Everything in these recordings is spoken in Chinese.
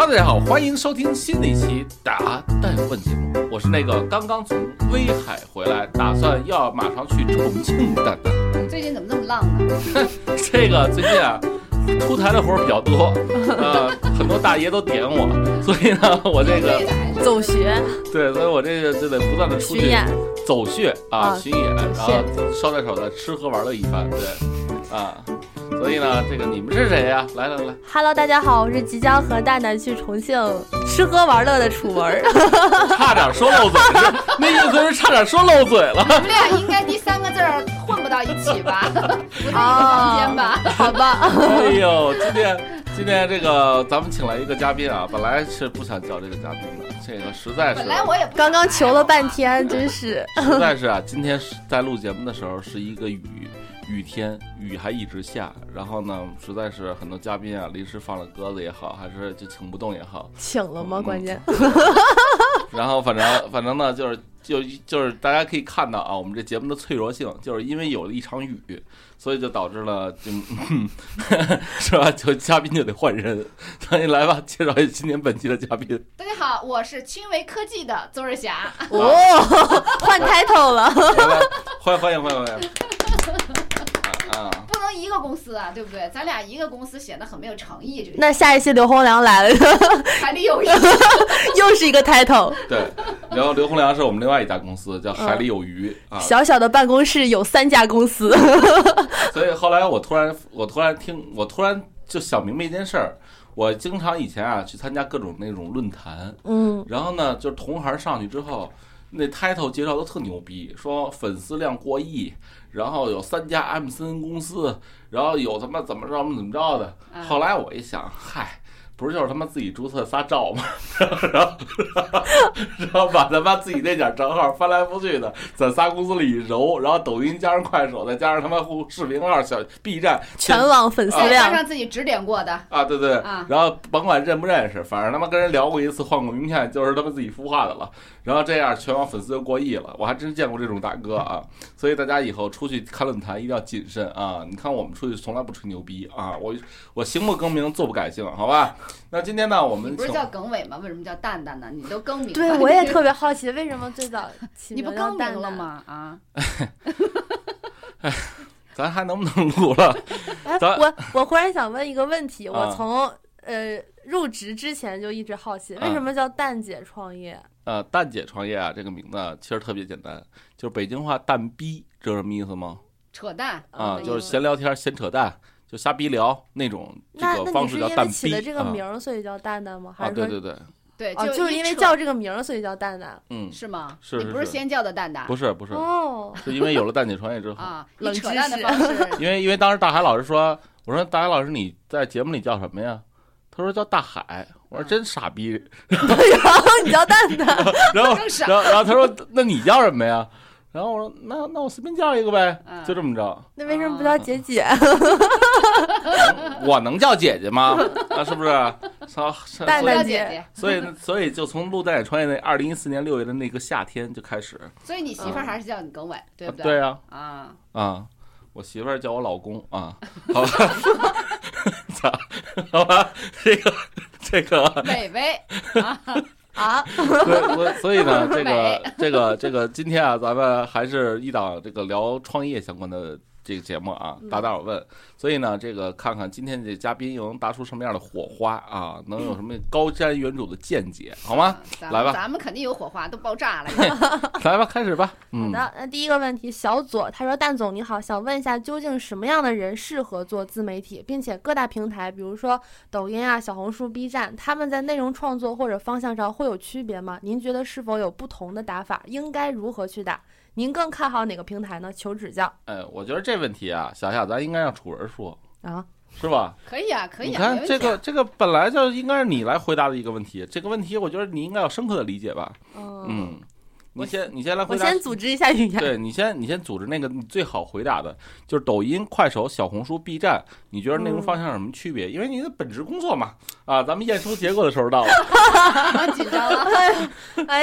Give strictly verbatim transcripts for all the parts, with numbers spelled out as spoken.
哈喽，大家好，欢迎收听新的一期答蛋问节目，我是那个刚刚从威海回来，打算要马上去重庆的蛋蛋。 你最近怎么这么浪呢？ 这个最近啊，出台的活比较多，呃，很多大爷都点我，所以呢，我这个走学， 对，所以我这个就得不断的出去走穴啊，巡演，然后捎带手的吃喝玩乐一番，对，啊。所以呢，这个你们是谁呀、啊？来来来 ，Hello， 大家好，我是即将和蛋蛋去重庆吃喝玩乐的楚文。 差点说漏嘴，那意思是差点说漏嘴了。 你们俩应该第三个字儿混不到一起吧？不是一个房间吧？ 哦、好吧。 哎呦，今天今天这个咱们请来一个嘉宾啊，本来是不想叫这个嘉宾的，这个实在是本来我也刚刚求了半天，真是实在是啊，今天在录节目的时候是一个雨。雨天，雨还一直下，然后呢，实在是很多嘉宾啊，临时放了鸽子也好，还是就请不动也好， 请了吗？嗯、关键。 然后反正反正呢，就是就就是大家可以看到啊，我们这节目的脆弱性，就是因为有了一场雨，所以就导致了就、嗯、是吧？就嘉宾就得换人，所以来吧，介绍一下今天本期的嘉宾。 大家好，我是轻维科技的邹日霞。 哦，换 title 了， 欢迎欢迎欢迎欢迎。 啊、不能一个公司啊，对不对？咱俩一个公司显得很没有诚意。这个那下一期刘洪良来了， 海里有鱼， 又是一个 title。 对，然后刘洪良是我们另外一家公司，叫海里有鱼、嗯、啊。 小小的办公室有三家公司， 所以后来我突然我突然听我突然就想明白一件事儿。我经常以前啊去参加各种那种论坛，嗯，然后呢，就是同行上去之后。那 title 介绍都特牛逼，说粉丝量过亿，然后有三家 M C N 公司，然后有他妈怎么着怎么着的。后来我一想，嗨，不是就是他妈自己注册仨照吗？然后然后把他妈自己那点账号翻来覆去的，在仨公司里揉，然后抖音加上快手，再加上他妈视频号、小 B 站， 全网粉丝量， 加上自己指点过的啊，对对，啊、然后甭管认不认识，反正他妈跟人聊过一次，换过名片，就是他们自己孵化的了。然后这样全网粉丝就过亿了，我还真见过这种大哥啊！所以大家以后出去看论坛一定要谨慎啊！你看我们出去从来不吹牛逼啊，我我行不更名，坐不改姓，好吧？那今天呢，我们你不是叫耿伟吗？为什么叫蛋蛋呢？你都更名了。 对，我也特别好奇，为什么最早起名叫蛋蛋？ 你不更名了吗？啊！ 哎，咱还能不能录了？ 哎，我我忽然想问一个问题，我从、啊、呃入职之前就一直好奇，为什么叫蛋姐创业？ 呃，蛋姐创业啊，这个名字其实特别简单，就是北京话蛋逼，知道什么意思吗？ 扯淡啊，就是闲聊天、闲扯淡，就瞎逼聊那种这个方式叫蛋逼。 那你是因为起了这个名、嗯、所以叫蛋蛋吗？还是说啊，对对对。 对， 就、哦、就是因为叫这个名所以叫蛋蛋， 嗯， 是吗？ 是, 是, 是，你不是先叫的蛋蛋？ 不是不是， 哦， 是因为有了蛋姐创业之后啊，冷知识的方式。 因为因为当时大海老师说，我说大海老师你在节目里叫什么呀？他说叫大海，我说真傻逼。 然后你叫蛋蛋， 然后然后然后他说那你叫什么呀？然后我说那那我随便叫一个呗，就这么着。 那为什么不叫姐姐？ 我能叫姐姐吗？啊，是不是？ 蛋蛋姐姐。 所以所以就从录蛋姐创业那二零一四年六月的那个夏天就开始。 所以你媳妇儿还是叫你耿伟，嗯、对不对？ 对啊。 啊啊，我媳妇儿叫我老公啊。好吧。好吧，这个这个伟伟啊。 啊， 所以所以呢，这个这个这个今天啊，咱们还是一档这个聊创业相关的这个节目啊，答答我问。所以呢，这个看看今天这嘉宾又能答出什么样的火花啊，能有什么高瞻远瞩的见解，好吗？来吧， 咱们肯定有火花，都爆炸了。 来吧，开始吧。 嗯、好的，那第一个问题，小左他说：“蛋总你好，想问一下，究竟什么样的人适合做自媒体，并且各大平台，比如说抖音啊、小红书、B 站，他们在内容创作或者方向上会有区别吗？您觉得是否有不同的打法？应该如何去打？您更看好哪个平台呢？求指教。” 哎，我觉得这问题啊，小夏咱应该让楚文说啊， 是吧？ 可以啊，可以啊。 你看这个这个本来就应该是你来回答的一个问题，这个问题我觉得你应该有深刻的理解吧？ 哦、 嗯。你先，你先来回答。 我先组织一下语言。 对，你先，你先组织那个你最好回答的，就是抖音、快手、小红书、B 站，你觉得内容方向有什么区别？嗯、因为你的本职工作嘛，啊，咱们验收结果的时候到了。 紧张了。 哎呀，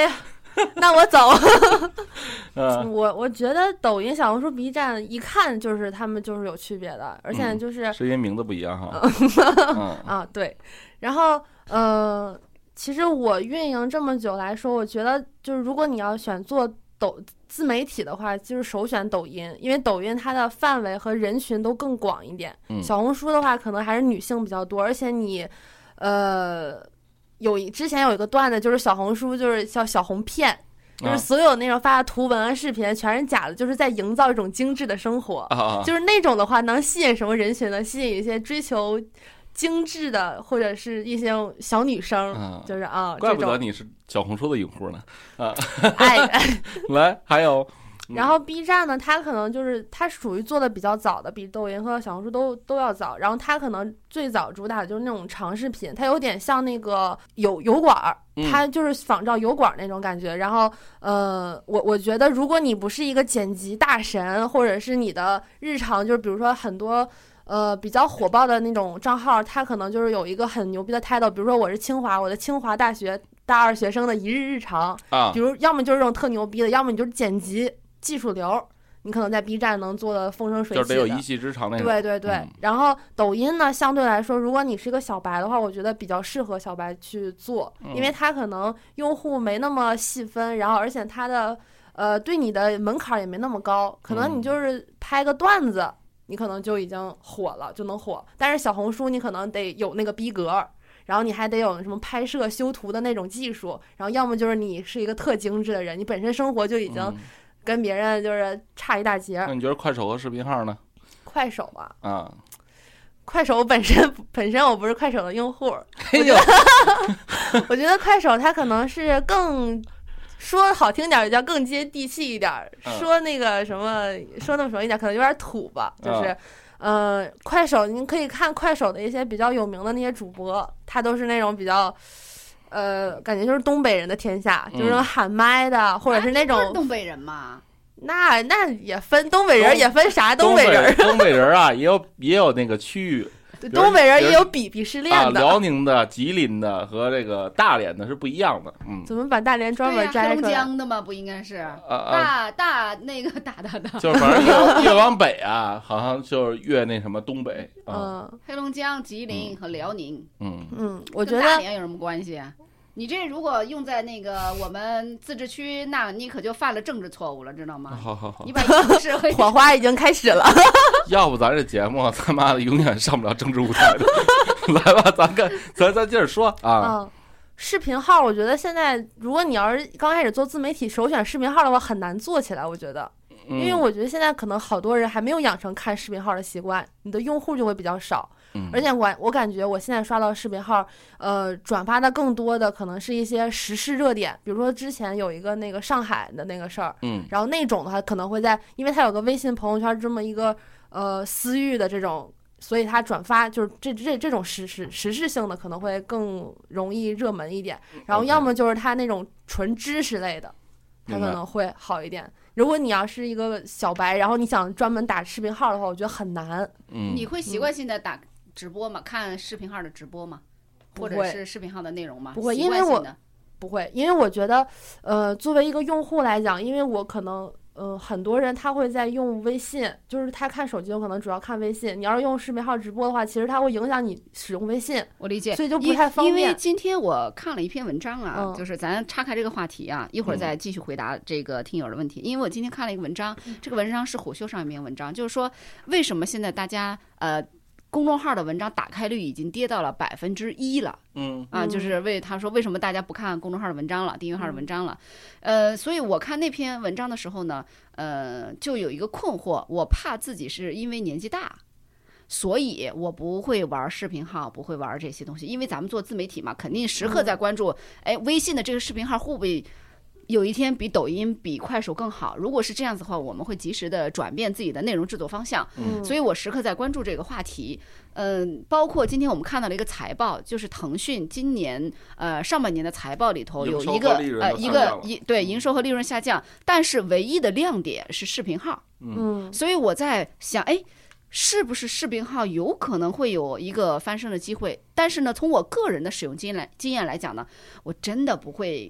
那我走。 嗯， 我我觉得抖音、小红书、B 站一看就是他们就是有区别的，而且就是、 嗯、是因为名字不一样哈。 嗯、啊，对。然后呃，其实我运营这么久来说，我觉得就是如果你要选做抖自媒体的话，就是首选抖音，因为抖音它的范围和人群都更广一点。 嗯、 小红书的话，可能还是女性比较多，而且你呃有之前有一个段子，就是小红书就是叫小红骗。就是所有那种发的图文啊、视频全是假的，就是在营造一种精致的生活。 啊、 就是那种的话，能吸引什么人群呢？吸引一些追求精致的，或者是一些小女生。 啊、 就是啊， 怪不得你是小红书的用户呢。啊， 哎， 来，还有。 然后 B 站呢，它可能就是它属于做的比较早的，比抖音和小红书都都要早。然后它可能最早主打的就是那种长视频，它有点像那个油油管儿，它就是仿照油管那种感觉。然后呃，我我觉得如果你不是一个剪辑大神，或者是你的日常就是比如说很多呃比较火爆的那种账号，它可能就是有一个很牛逼的 title， 比如说我是清华，我的清华大学大二学生的一日日常啊， 比如要么就是这种特牛逼的，要么你就是剪辑技术流，你可能在 B 站能做的风生水起的， 就是得有一技之长那种。 对对对、嗯。然后抖音呢，相对来说，如果你是一个小白的话，我觉得比较适合小白去做， 嗯、 因为它可能用户没那么细分，然后而且它的呃对你的门槛也没那么高，可能你就是拍个段子，嗯、你可能就已经火了，就能火。但是小红书你可能得有那个逼格。然后你还得有什么拍摄修图的那种技术，然后要么就是你是一个特精致的人，你本身生活就已经跟别人就是差一大截。 那你觉得快手和视频号呢？ 快手吧， 啊， 快手本身本身我不是快手的用户， 哎呦， 我觉得快手它可能是更说好听点叫更接地气一点， 嗯、 说那个什么说那么说一点可能有点土吧，就是。嗯呃，快手您可以看快手的一些比较有名的那些主播，他都是那种比较，呃，感觉就是东北人的天下，嗯、就是那种喊麦的，或者是那种、啊、 是东北人嘛。 那那也分东北人，也分啥东北人。 东北人啊，也有也有那个区域。 东北人也有鄙鄙视链的、 啊，辽宁的、吉林的和这个大连的是不一样的。嗯， 怎么把大连专门摘出来？ 黑龙江的嘛，不应该是？ 啊大大那个大大大， 就是反正越越往北啊，好像就是越那什么东北。 嗯， 黑龙江、吉林和辽宁。 嗯嗯，我觉得跟大连有什么关系啊？你这如果用在那个我们自治区，那你可就犯了政治错误了，知道吗？ 好好好， 你把一社会火花已经开始了。 要不咱这节目他妈的永远上不了政治舞台的。来吧，咱看，咱咱接着说啊。 嗯，视频号，我觉得现在如果你要是刚开始做自媒体，首选视频号的话，很难做起来。我觉得， 嗯、 因为我觉得现在可能好多人还没有养成看视频号的习惯，你的用户就会比较少。 嗯， 而且我我感觉我现在刷到视频号，呃，转发的更多的可能是一些时事热点，比如说之前有一个那个上海的那个事儿， 嗯， 然后那种的话可能会在，因为它有个微信朋友圈这么一个呃私域的这种，所以它转发就是这这这种时时时事性的可能会更容易热门一点，然后要么就是它那种纯知识类的，它可能会好一点。如果你要是一个小白，然后你想专门打视频号的话，我觉得很难。 嗯， 你会习惯性的打直播吗？看视频号的直播吗？或者是视频号的内容吗？ 不会，因为我不会，因为我觉得，呃，作为一个用户来讲，因为我可能，呃，很多人他会在用微信，就是他看手机有可能主要看微信。你要是用视频号直播的话，其实它会影响你使用微信。 我理解， 所以就不太方便。 因为今天我看了一篇文章啊， 嗯、 就是咱岔开这个话题啊，一会儿再继续回答这个听友的问题。嗯、因为我今天看了一个文章，这个文章是虎嗅上一篇文章，就是说为什么现在大家呃。公众号的文章打开率已经跌到了百分之一了， 嗯啊，就是为他说为什么大家不看公众号的文章了，订阅号的文章了，呃，所以我看那篇文章的时候呢，呃，就有一个困惑，我怕自己是因为年纪大，所以我不会玩视频号，不会玩这些东西，因为咱们做自媒体嘛，肯定时刻在关注，哎，微信的这个视频号会不会有一天比抖音比快手更好，如果是这样子的话，我们会及时的转变自己的内容制作方向， 嗯， 所以我时刻在关注这个话题。嗯，包括今天我们看到了一个财报，就是腾讯今年呃上半年的财报里头有一个呃一个一对营收和利润下降，但是唯一的亮点是视频号， 嗯， 所以我在想，哎，是不是视频号有可能会有一个翻身的机会？但是呢，从我个人的使用经验来经验来讲呢，我真的不会。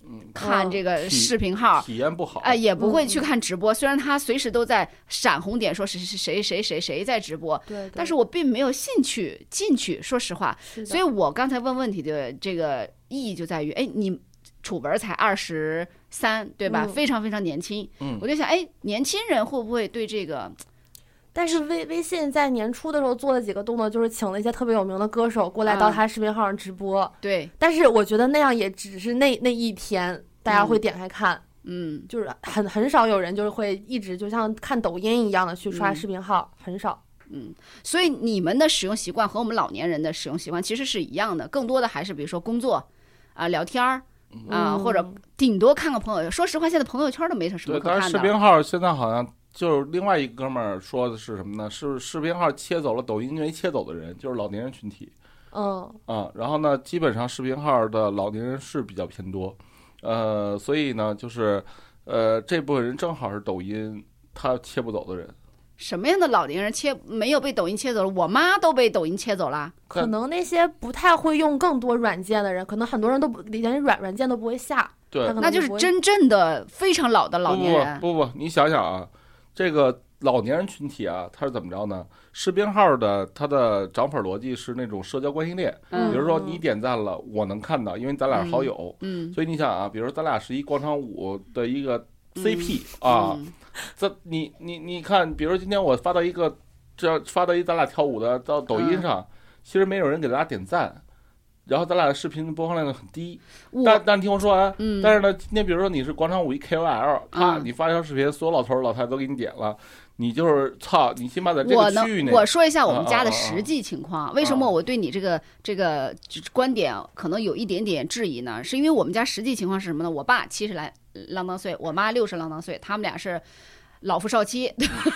看这个视频号， 体验不好， 哎、呃，也不会去看直播。虽然他随时都在闪红点，说是谁谁谁谁谁在直播， 对， 但是我并没有兴趣进去。说实话，所以我刚才问问题的这个意义就在于，哎，你楚文才二十三，对吧？ 嗯、 非常非常年轻。 嗯， 我就想，哎，年轻人会不会对这个？ 但是微微信在年初的时候做了几个动作，就是请了一些特别有名的歌手过来到他视频号上直播。 嗯、对， 但是我觉得那样也只是那那一天大家会点开看， 嗯， 就是很很少有人就是会一直就像看抖音一样的去刷视频号，嗯、很少。 嗯，所以你们的使用习惯和我们老年人的使用习惯其实是一样的，更多的还是比如说工作啊、呃、聊天儿。啊、呃，或者顶多看看朋友。说实话，现在朋友圈都没什么可看的。 对，但是视频号现在好像就是另外一哥们儿说的是什么呢？是视频号切走了抖音没切走的人，就是老年人群体。 嗯啊，然后呢，基本上视频号的老年人是比较偏多，呃，所以呢，就是呃这部分人正好是抖音他切不走的人。 什么样的老年人切没有被抖音切走了？我妈都被抖音切走了。 可能那些不太会用更多软件的人，可能很多人都不连软软件都不会下。 对， 那就是真正的非常老的老年人。 不不不不，你想想啊，这个老年人群体啊，他是怎么着呢？视频号的它的涨粉逻辑是那种社交关系链， 嗯、 比如说你点赞了，我能看到，因为咱俩是好友， 嗯， 所以你想啊，比如说咱俩是一广场舞的一个 C P、嗯、啊。 嗯这你你你看，比如今天我发到一个，这发到一咱俩跳舞的到抖音上，嗯、其实没有人给咱俩点赞，然后咱俩的视频播放量很低。但但听我说完、啊， 嗯、 但是呢，今天比如说你是广场舞一 K O L， 啊、嗯，你发一条视频，所有老头老太太都给你点了，你就是操，你起码在这个区域内。 我我说一下我们家的实际情况， 啊啊啊为什么我对你这个这个观点可能有一点点质疑呢？是因为我们家实际情况是什么呢？我爸七十来郎当岁，我妈六十郎当岁，他们俩是老夫少妻。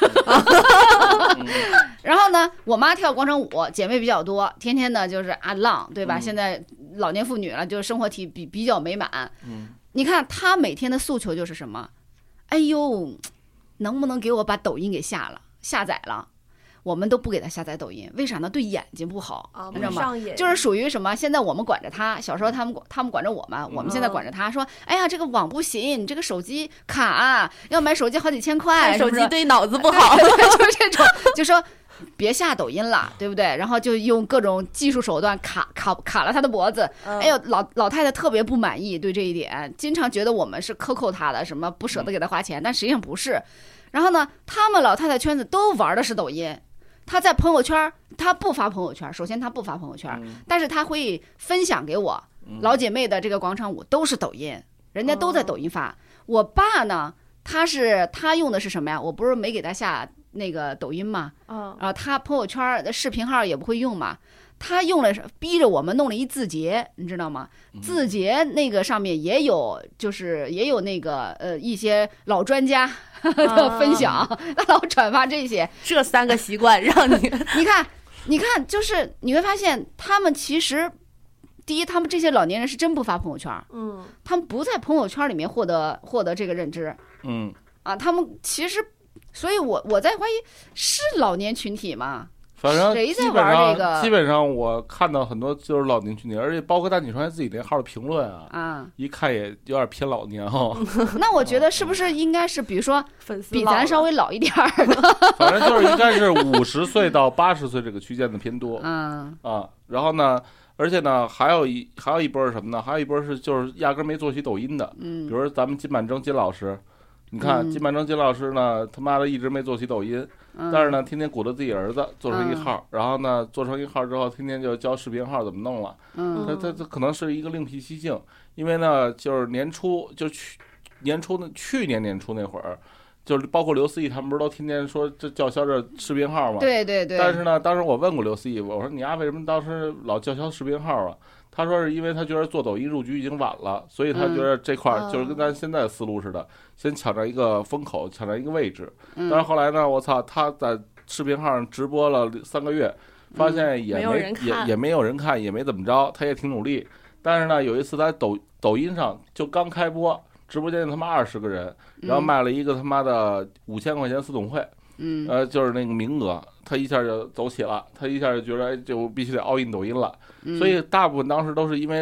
然后呢，我妈跳广场舞，姐妹比较多，天天呢就是啊浪，对吧？ 嗯、 现在老年妇女了，就生活体比比较美满。 嗯， 你看她每天的诉求就是什么？哎呦，能不能给我把抖音给下了下载了？我们都不给他下载抖音，为啥呢？对眼睛不好， 啊、 你知道吗？ 瘾就是属于什么？现在我们管着他，小时候他们他们管着我们，我们现在管着他，说，哎呀，这个网不行，你这个手机卡，要买手机好几千块， 手机对脑子不好， 对对对就是这种，就说别下抖音了，对不对？然后就用各种技术手段卡卡卡了他的脖子。 嗯、 哎呦，老老太太特别不满意，对这一点，经常觉得我们是克扣他的，什么不舍得给他花钱，但实际上不是。然后呢，他们老太太圈子都玩的是抖音。他在朋友圈，他不发朋友圈。首先，他不发朋友圈， 嗯、 但是他会分享给我、嗯、老姐妹的这个广场舞都是抖音，人家都在抖音发。哦、我爸呢，他是他用的是什么呀？我不是没给他下那个抖音吗？ 哦、 啊，他朋友圈的视频号也不会用嘛。他用了，逼着我们弄了一字节，你知道吗？字节那个上面也有，就是也有那个呃一些老专家的分享，他、啊、老转发这些。 这三个习惯让你你看，你看，就是你会发现，他们其实第一，他们这些老年人是真不发朋友圈， 嗯， 他们不在朋友圈里面获得获得这个认知， 嗯， 啊，他们其实，所以我我在怀疑是老年群体吗？ 反正谁在玩这个？ 基本上我看到很多就是老年群体，而且包括大女传自己那号的评论啊， 啊， 一看也有点偏老年哦。 那我觉得是不是应该是，比如说粉丝比咱稍微老一点儿的， 反正就是应该是五十岁到八十岁这个区间的偏多。 嗯啊，然后呢，而且呢，还有一还有一波是什么呢？还有一波是就是压根没做起抖音的， 嗯， 比如咱们金满征金老师。你看金满征金老师呢，他妈的一直没做起抖音， 嗯、 但是呢，天天鼓捣自己儿子做成一号， 嗯、 然后呢，做成一号之后，天天就教视频号怎么弄了。 嗯， 他他他可能是一个另辟蹊径，因为呢，就是年初就去年初呢，去年年初那会儿，就是包括刘思义他们不是都天天说这叫嚣这视频号吗？ 对对对。 但是呢，当时我问过刘思义，我说你丫、啊、为什么当时老叫嚣视频号啊？他说是因为他觉得做抖音入局已经晚了，所以他觉得这块就是跟咱现在的思路似的，嗯、先抢着一个风口，抢着一个位置。 嗯、 但是后来呢，我操，他在视频号上直播了三个月，发现也没、 嗯、没也也没有人看，也没怎么着，他也挺努力。但是呢，有一次在抖抖音上就刚开播，直播间他妈二十个人，然后卖了一个他妈的五千块钱私董会。 嗯， 呃，就是那个名额，他一下就走起了，他一下就觉得哎，就必须得 all in 抖音了， 嗯、 所以大部分当时都是因为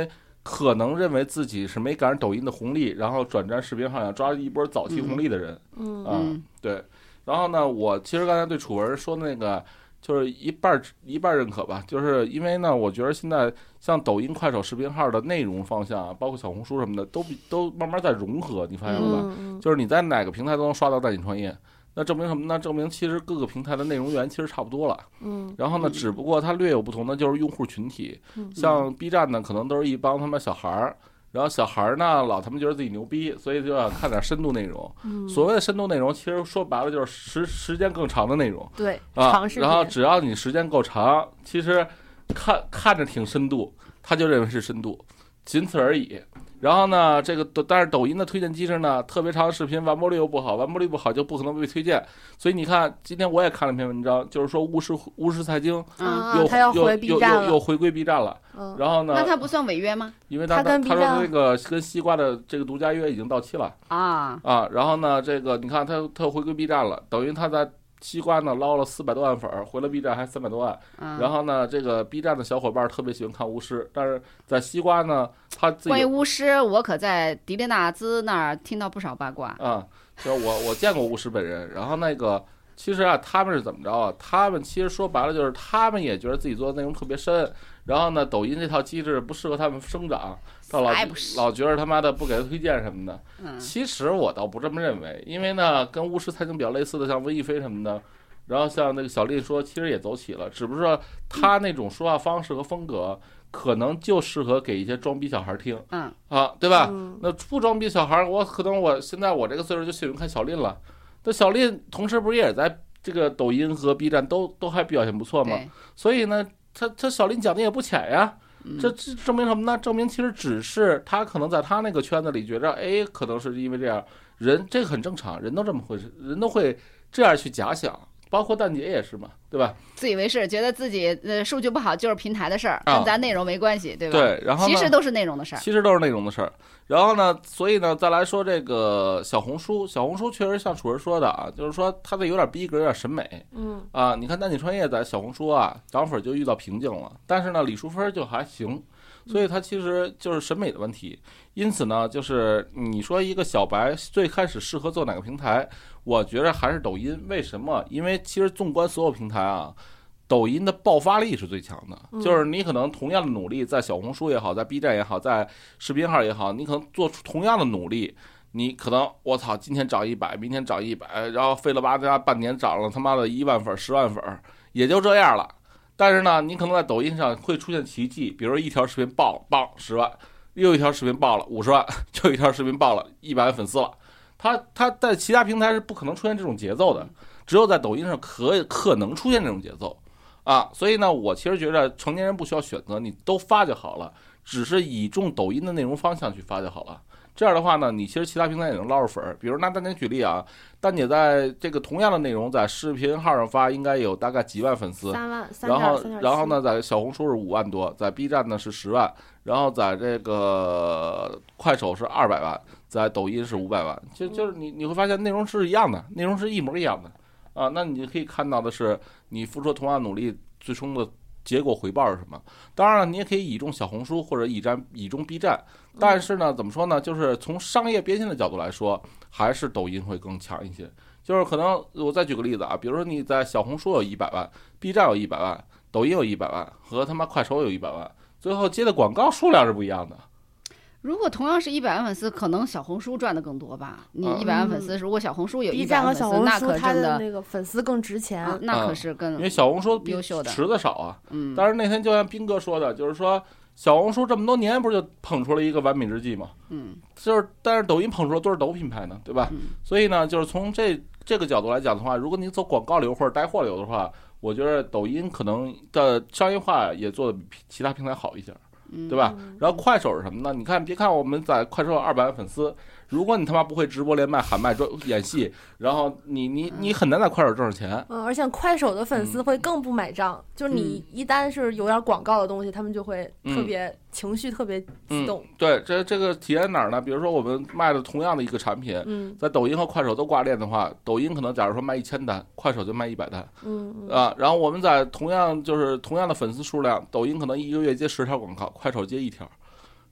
可能认为自己是没赶上抖音的红利，然后转战视频号想抓一波早期红利的人。 嗯啊，对。然后呢，我其实刚才对楚文说的那个，就是一半一半认可吧，就是因为呢，我觉得现在像抖音、快手、视频号的内容方向，包括小红书什么的，都都慢慢在融合，你发现了吧？ 嗯、 就是你在哪个平台都能刷到带你创业。那证明什么呢？证明其实各个平台的内容源其实差不多了。 嗯， 然后呢，只不过它略有不同的就是用户群体。 嗯， 像 B 站呢，可能都是一帮他们小孩儿，然后小孩儿呢，老他们觉得自己牛逼，所以就要看点深度内容。 嗯， 所谓的深度内容，其实说白了就是时时间更长的内容。 对， 啊， 长视频。 然后只要你时间够长，其实看看着挺深度，他就认为是深度，仅此而已。然后呢，这个但是抖音的推荐机制呢，特别长的视频完播率又不好，完播率不好就不可能被推荐。所以你看，今天我也看了一篇文章，就是说巫师巫师财经又、 嗯、他要回 B 站了，又又又回归 B 站了。 嗯， 然后呢？ 那他不算违约吗？ 因为他他他说那个跟西瓜的这个独家约已经到期了啊啊。然后呢，这个你看他他回归 B 站了，等于他在西瓜呢捞了四百多万粉，回了 B 站还三百多万。 嗯、 然后呢，这个 B 站的小伙伴特别喜欢看巫师，但是在西瓜呢，他自己关于巫师，我可在迪列纳兹那儿听到不少八卦啊。就是我我见过巫师本人，然后那个其实啊，他们是怎么着啊？他们其实说白了就是他们也觉得自己做的内容特别深，然后呢，抖音这套机制不适合他们生长，到老老觉得他妈的不给他推荐什么的。 嗯， 其实我倒不这么认为，因为呢，跟巫师财经比较类似的，像温亦菲什么的。然后像那个小丽说，其实也走起了，只不过说他那种说话方式和风格，可能就适合给一些装逼小孩听， 嗯啊，对吧？ 嗯、 那不装逼小孩，我可能我现在我这个岁数就喜欢看小丽了。那小丽同时不是也在这个抖音和 B 站都都还表现不错嘛？所以呢，他他小林讲的也不浅呀。这这证明什么呢？证明其实只是他可能在他那个圈子里觉着，哎，可能是因为这样，人这个很正常，人都这么回事，人都会这样去假想。包括蛋姐也是嘛，对吧？ 自以为是，觉得自己呃数据不好就是平台的事儿，跟咱内容没关系，对吧？ 对，然后其实都是内容的事儿， 其实都是内容的事儿。然后呢，所以呢，再来说这个小红书，小红书确实像楚儿说的啊，就是说它的有点逼格，有点审美。 嗯啊，你看蛋姐创业在小红书啊，涨粉就遇到瓶颈了，但是呢，李淑芬就还行。所以它其实就是审美的问题，因此呢，就是你说一个小白最开始适合做哪个平台，我觉得还是抖音。为什么？因为其实纵观所有平台啊，抖音的爆发力是最强的。就是你可能同样的努力，在小红书也好，在 B 站也好，在视频号也好，你可能做出同样的努力，你可能我操，今天涨一百，明天涨一百，然后费了吧嗒半年涨了他妈的一万粉、十万粉，也就这样了。但是呢，你可能在抖音上会出现奇迹，比如一条视频爆爆十万，又一条视频爆了五十万，就一条视频爆了一百万粉丝了。它它在其他平台是不可能出现这种节奏的，只有在抖音上可可能出现这种节奏啊。所以呢，我其实觉得成年人不需要选择，你都发就好了，只是倚重抖音的内容方向去发就好了。这样的话呢，你其实其他平台也能捞着粉儿。比如拿蛋姐举例啊，蛋姐在这个同样的内容在视频号上发，应该有大概几万粉丝， 三万， 然后然后呢，在小红书是五万多，在 B 站呢是十万，然后在这个快手是二百万，在抖音是五百万，就就是你你会发现内容是一样的，内容是一模一样的啊。那你可以看到的是，你付出同样努力，最终的结果回报是什么？当然了，你也可以倚重小红书或者倚站倚重 B 站，但是呢，怎么说呢？就是从商业变现的角度来说，还是抖音会更强一些。就是可能我再举个例子啊，比如说你在小红书有一百万 ，B 站有一百万，抖音有一百万，和他妈快手有一百万，最后接的广告数量是不一样的。 如果同样是一百万粉丝，可能小红书赚的更多吧？你一百万粉丝，如果小红书有一百万粉丝，那可真的那个粉丝更值钱， 啊、那可是更、 嗯、因为小红书优秀的池子少啊。 嗯， 但是那天就像斌哥说的，就是说小红书这么多年不是就捧出了一个完美日记嘛？ 嗯， 就是但是抖音捧出了都是抖品牌呢，对吧？ 嗯、 所以呢，就是从这这个角度来讲的话，如果你走广告流或者带货流的话，我觉得抖音可能的商业化也做的比其他平台好一些。对吧？然后快手是什么呢？你看，别看我们在快手有二百万粉丝，如果你他妈不会直播连麦喊麦演戏，然后你你你很难在快手挣着钱。 嗯，而且快手的粉丝会更不买账，嗯、就是你一旦是有点广告的东西，他们就会特别、嗯、情绪特别激动。 嗯、对，这这个体现哪儿呢？比如说我们卖的同样的一个产品， 嗯、 在抖音和快手都挂链的话，抖音可能假如说卖一千单，快手就卖一百单。 嗯啊，然后我们在同样就是同样的粉丝数量，抖音可能一个月接十条广告，快手接一条。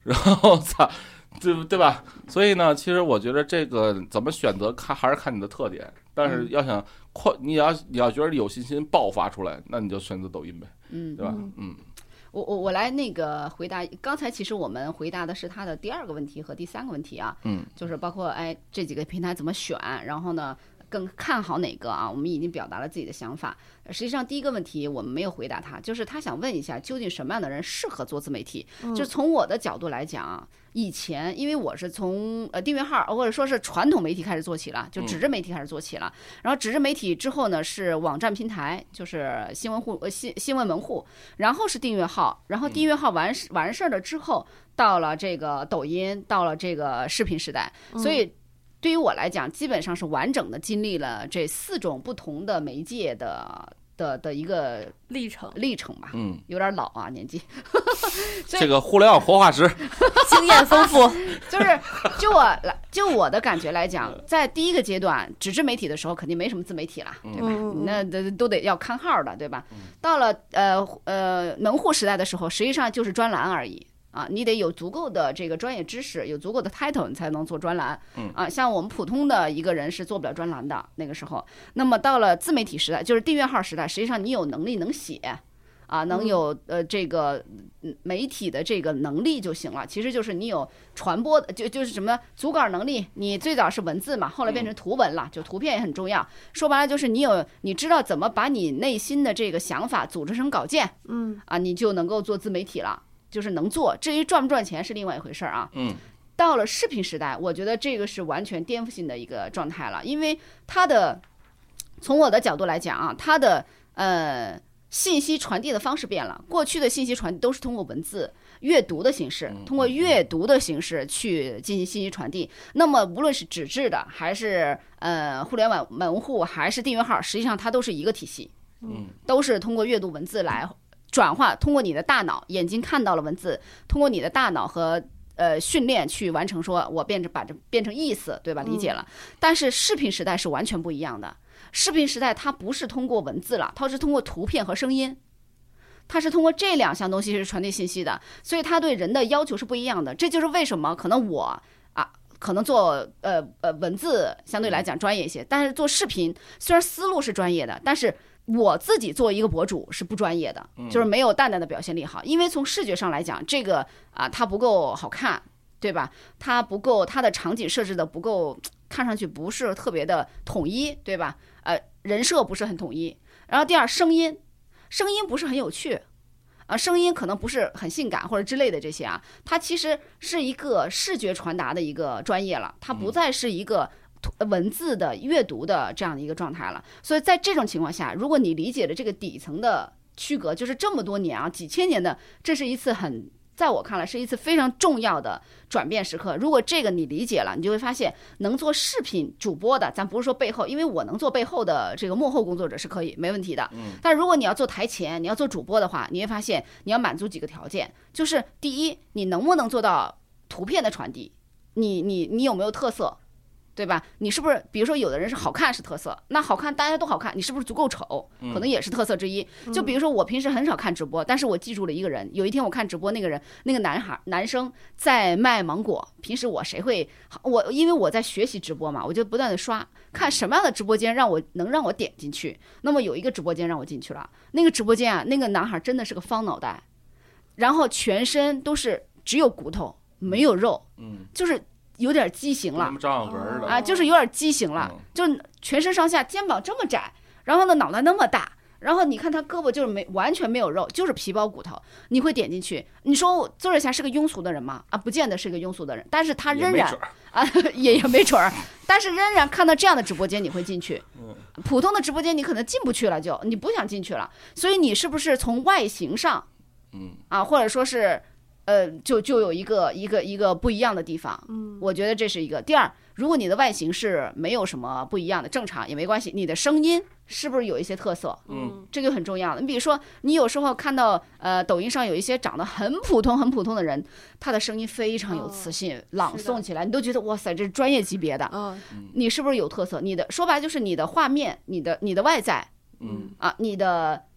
然后操，对对吧？所以呢，其实我觉得这个怎么选择看还是看你的特点，但是要想快，你要你要觉得有信心爆发出来，那你就选择抖音呗， 嗯， 对吧？嗯。 我我我来那个回答，刚才其实我们回答的是他的第二个问题和第三个问题啊， 嗯， 就是包括哎这几个平台怎么选，然后呢更看好哪个啊？我们已经表达了自己的想法。实际上第一个问题我们没有回答他，就是他想问一下，究竟什么样的人适合做自媒体？嗯、就从我的角度来讲啊，以前因为我是从呃订阅号或者说是传统媒体开始做起了，就纸质媒体开始做起了，嗯、然后纸质媒体之后呢是网站平台，就是新闻户呃新新闻门户，然后是订阅号，然后订阅号完事完事儿了之后，到了这个抖音，到了这个视频时代，所以。对于我来讲，基本上是完整的经历了这四种不同的媒介的的的一个历程历程吧。 嗯， 有点老啊，年纪。 这个互联网活化石， 经验丰富。 就是就我来就我的感觉来讲，在第一个阶段，纸质媒体的时候肯定没什么自媒体了，对吧？ 嗯、 那都得要看号的，对吧？到了呃呃门户时代的时候，实际上就是专栏而已。啊，你得有足够的这个专业知识，有足够的 title， 你才能做专栏。 嗯啊，像我们普通的一个人是做不了专栏的那个时候。那么到了自媒体时代，就是订阅号时代，实际上你有能力能写，啊，能有呃这个媒体的这个能力就行了。其实就是你有传播的，就就是什么组稿能力。你最早是文字嘛，后来变成图文了，就图片也很重要。说白了就是你有你知道怎么把你内心的这个想法组织成稿件， 嗯啊，你就能够做自媒体了。就是能做，至于赚不赚钱是另外一回事儿啊。 嗯， 到了视频时代，我觉得这个是完全颠覆性的一个状态了，因为它的从我的角度来讲啊，它的呃信息传递的方式变了。过去的信息传递都是通过文字阅读的形式，通过阅读的形式去进行信息传递。那么无论是纸质的，还是呃互联网门户，还是订阅号，实际上它都是一个体系， 嗯， 都是通过阅读文字来。转化，通过你的大脑，眼睛看到了文字，通过你的大脑和呃训练去完成，说我变成把这变成意思，对吧？理解了。但是视频时代是完全不一样的，视频时代它不是通过文字了，它是通过图片和声音，它是通过这两项东西是传递信息的，所以它对人的要求是不一样的。这就是为什么可能我啊，可能做呃呃文字相对来讲专业一些，但是做视频虽然思路是专业的，但是。我自己作为一个博主是不专业的，就是没有蛋蛋的表现力好，因为从视觉上来讲，这个啊它不够好看，对吧？它不够，它的场景设置的不够，看上去不是特别的统一，对吧？呃，人设不是很统一。然后第二，声音，声音不是很有趣，啊，声音可能不是很性感或者之类的这些啊，它其实是一个视觉传达的一个专业了，它不再是一个。文字的阅读的这样的一个状态了，所以在这种情况下，如果你理解了这个底层的区隔，就是这么多年啊，几千年的，这是一次很，在我看来是一次非常重要的转变时刻。如果这个你理解了，你就会发现，能做视频主播的，咱不是说背后，因为我能做背后的这个幕后工作者是可以没问题的。但如果你要做台前，你要做主播的话，你会发现你要满足几个条件，就是第一，你能不能做到图片的传递，你你你有没有特色？对吧？你是不是比如说有的人是好看是特色，那好看大家都好看，你是不是足够丑？可能也是特色之一。就比如说我平时很少看直播，但是我记住了一个人。有一天我看直播，那个人那个男孩男生在卖芒果。平时我谁会我因为我在学习直播嘛，我就不断的刷看什么样的直播间让我能让我点进去。那么有一个直播间让我进去了，那个直播间啊，那个男孩真的是个方脑袋，然后全身都是只有骨头没有肉，嗯，就是。有点畸形了啊，就是有点畸形了，就全身上下肩膀这么窄，然后呢脑袋那么大，然后你看他胳膊就是没完全没有肉，就是皮包骨头。你会点进去，你说周瑞霞是个庸俗的人吗？啊，不见得是个庸俗的人，但是他仍然啊也也没准儿，但是仍然看到这样的直播间你会进去，普通的直播间你可能进不去了，就你不想进去了，所以你是不是从外形上，嗯啊，或者说是。呃，就就有一个一个一个不一样的地方，嗯，我觉得这是一个。第二，如果你的外形是没有什么不一样的，正常也没关系。你的声音是不是有一些特色？嗯，这就很重要了。你比如说，你有时候看到呃抖音上有一些长得很普通很普通的人，他的声音非常有磁性，哦、朗诵起来你都觉得哇塞，这是专业级别的。 哦、 你是不是有特色？你的说白了就是你的画面，你的你的外在，嗯啊，你的。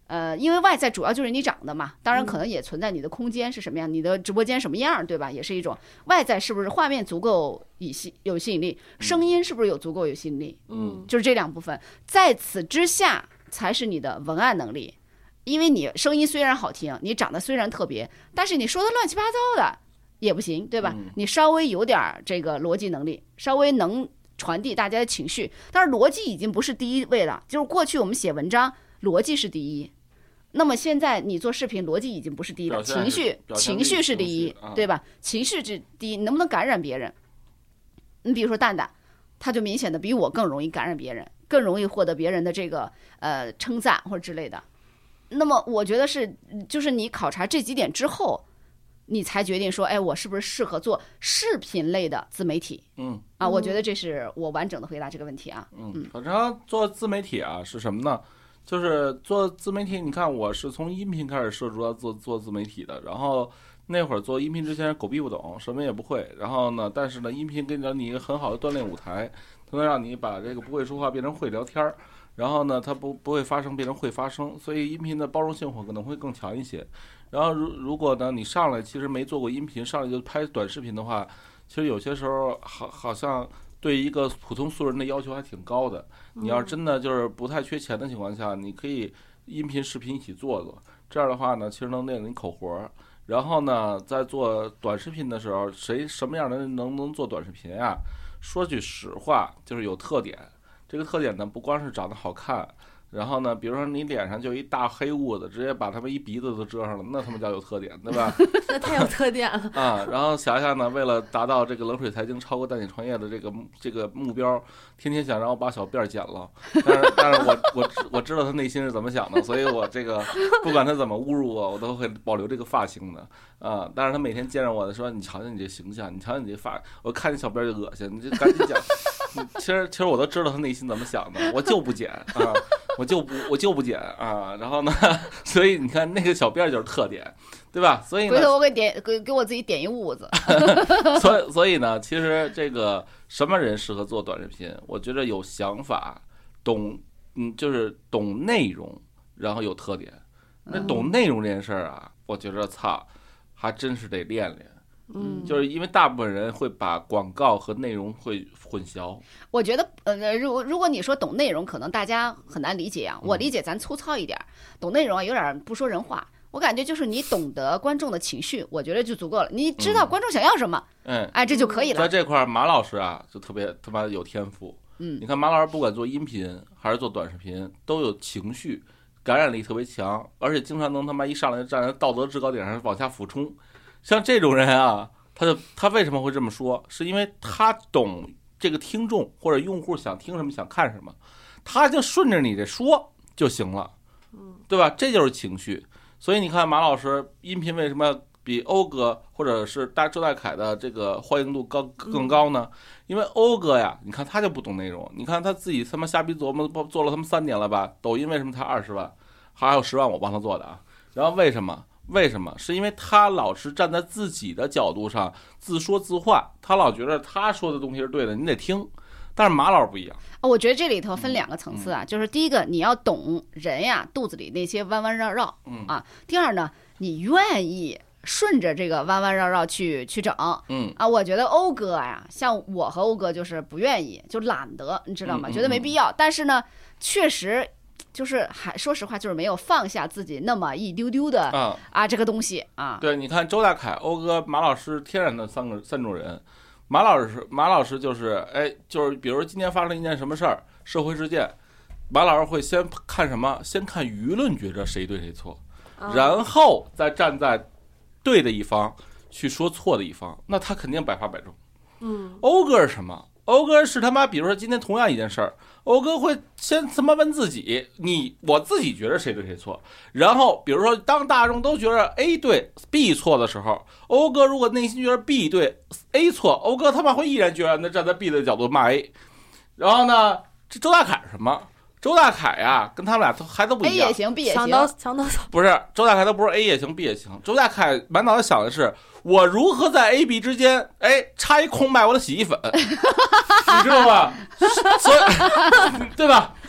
呃，因为外在主要就是你长的嘛，当然可能也存在你的空间是什么样，你的直播间什么样，对吧？也是一种外在是不是画面足够以吸有吸引力，声音是不是有足够有吸引力， 嗯， 就是这两部分，在此之下才是你的文案能力。因为你声音虽然好听，你长得虽然特别，但是你说的乱七八糟的也不行，对吧？ 嗯、 你稍微有点这个逻辑能力，稍微能传递大家的情绪，但是逻辑已经不是第一位了。就是过去我们写文章，逻辑是第一。那么现在你做视频，逻辑已经不是第一了，情绪情绪是第一，对吧？情绪是第一，能不能感染别人？你比如说蛋蛋，他就明显的比我更容易感染别人，更容易获得别人的这个呃称赞或者之类的。那么我觉得是，就是你考察这几点之后，你才决定说，哎，我是不是适合做视频类的自媒体？ 嗯啊，我觉得这是我完整的回答这个问题啊。 嗯，反正做自媒体啊是什么呢？就是做自媒体，你看我是从音频开始涉足到做做自媒体的，然后那会儿做音频之前狗屁不懂，什么也不会，然后呢，但是呢，音频给你一个很好的锻炼舞台，它能让你把这个不会说话变成会聊天，然后呢，它不不会发声变成会发声，所以音频的包容性可能会更强一些。然后如如果呢你上来其实没做过音频，上来就拍短视频的话，其实有些时候好好像对一个普通素人的要求还挺高的。你要真的就是不太缺钱的情况下，你可以音频视频一起做做，这样的话呢，其实能练你口活。然后呢，在做短视频的时候，谁什么样的人能能做短视频啊？说句实话，就是有特点。这个特点呢，不光是长得好看，然后呢，比如说你脸上就一大黑痦子，直接把他们一鼻子都遮上了，那他妈叫有特点，对吧？ 那太有特点了啊！然后想想呢，为了达到这个冷水财经超过淡景创业的这个这个目标，天天想让我把小辫剪了，但是但是我我我知道他内心是怎么想的，所以我这个不管他怎么侮辱我，我都会保留这个发型的啊！但是他每天见着我的说，你瞧瞧你这形象，你瞧瞧你这发，我看你小辫就恶心，你就赶紧剪。其实其实我都知道他内心怎么想的，我就不剪啊，我就不我就不剪啊，然后呢，所以你看那个小辫就是特点，对吧？所以呢， 回头我给点给给我自己点一痦子。 所以所以呢，其实这个什么人适合做短视频？我觉得有想法，懂嗯，就是懂内容，然后有特点。那懂内容这件事儿啊，我觉得操，还真是得练练。嗯，就是因为大部分人会把广告和内容会混淆。 我觉得，呃，如果如果你说懂内容，可能大家很难理解啊。我理解，咱粗糙一点，懂内容啊，有点不说人话。我感觉就是你懂得观众的情绪，我觉得就足够了。你知道观众想要什么，嗯，哎，这就可以了。 在这块，马老师啊，就特别他妈有天赋。嗯，你看马老师不管做音频还是做短视频，都有情绪，感染力特别强，而且经常能他妈一上来就站在道德制高点上往下俯冲。像这种人啊，他就他为什么会这么说？是因为他懂这个听众或者用户想听什么想看什么，他就顺着你这说就行了，对吧？这就是情绪。所以你看马老师音频为什么比欧哥或者是大周大凯的这个欢迎度高更高呢？因为欧哥呀，你看他就不懂内容，你看他自己他妈瞎逼琢磨做了他们三年了吧？抖音为什么才二十万，还有十万我帮他做的啊？然后为什么？为什么？是因为他老是站在自己的角度上自说自话，他老觉得他说的东西是对的，你得听。但是马老师不一样， 我觉得这里头分两个层次啊，就是第一个你要懂人呀肚子里那些弯弯绕绕，嗯啊，第二呢，你愿意顺着这个弯弯绕绕去去整，嗯啊，我觉得欧哥呀，像我和欧哥就是不愿意，就懒得，你知道吗？觉得没必要，但是呢，确实。就是还说实话，就是没有放下自己那么一丢丢的啊啊这个东西啊。 对，你看周大凯、欧哥、马老师，天然的三个三种人。马老师，马老师就是哎，就是比如今天发生一件什么事儿，社会事件，马老师会先看什么？先看舆论，觉着谁对谁错，然后再站在对的一方去说错的一方，那他肯定百发百中。嗯，欧哥是什么？欧哥是他妈，比如说今天同样一件事儿，欧哥会先他妈问自己，你我自己觉得谁对谁错，然后比如说当大众都觉得 A 对 B 错的时候，欧哥如果内心觉得 B 对 A 错，欧哥他妈会毅然决然的站在 B 的角度骂 A。然后呢，这周大凯是什么？周大凯呀，跟他们俩都还都不一样。 A 也行 ，B 也行。 强刀强刀手。 不是，周大凯都不是 A 也行 B 也行。周大凯满脑子想的是，我如何在 A、B 之间，哎，插一空卖我的洗衣粉，你知道吧？所以，对吧？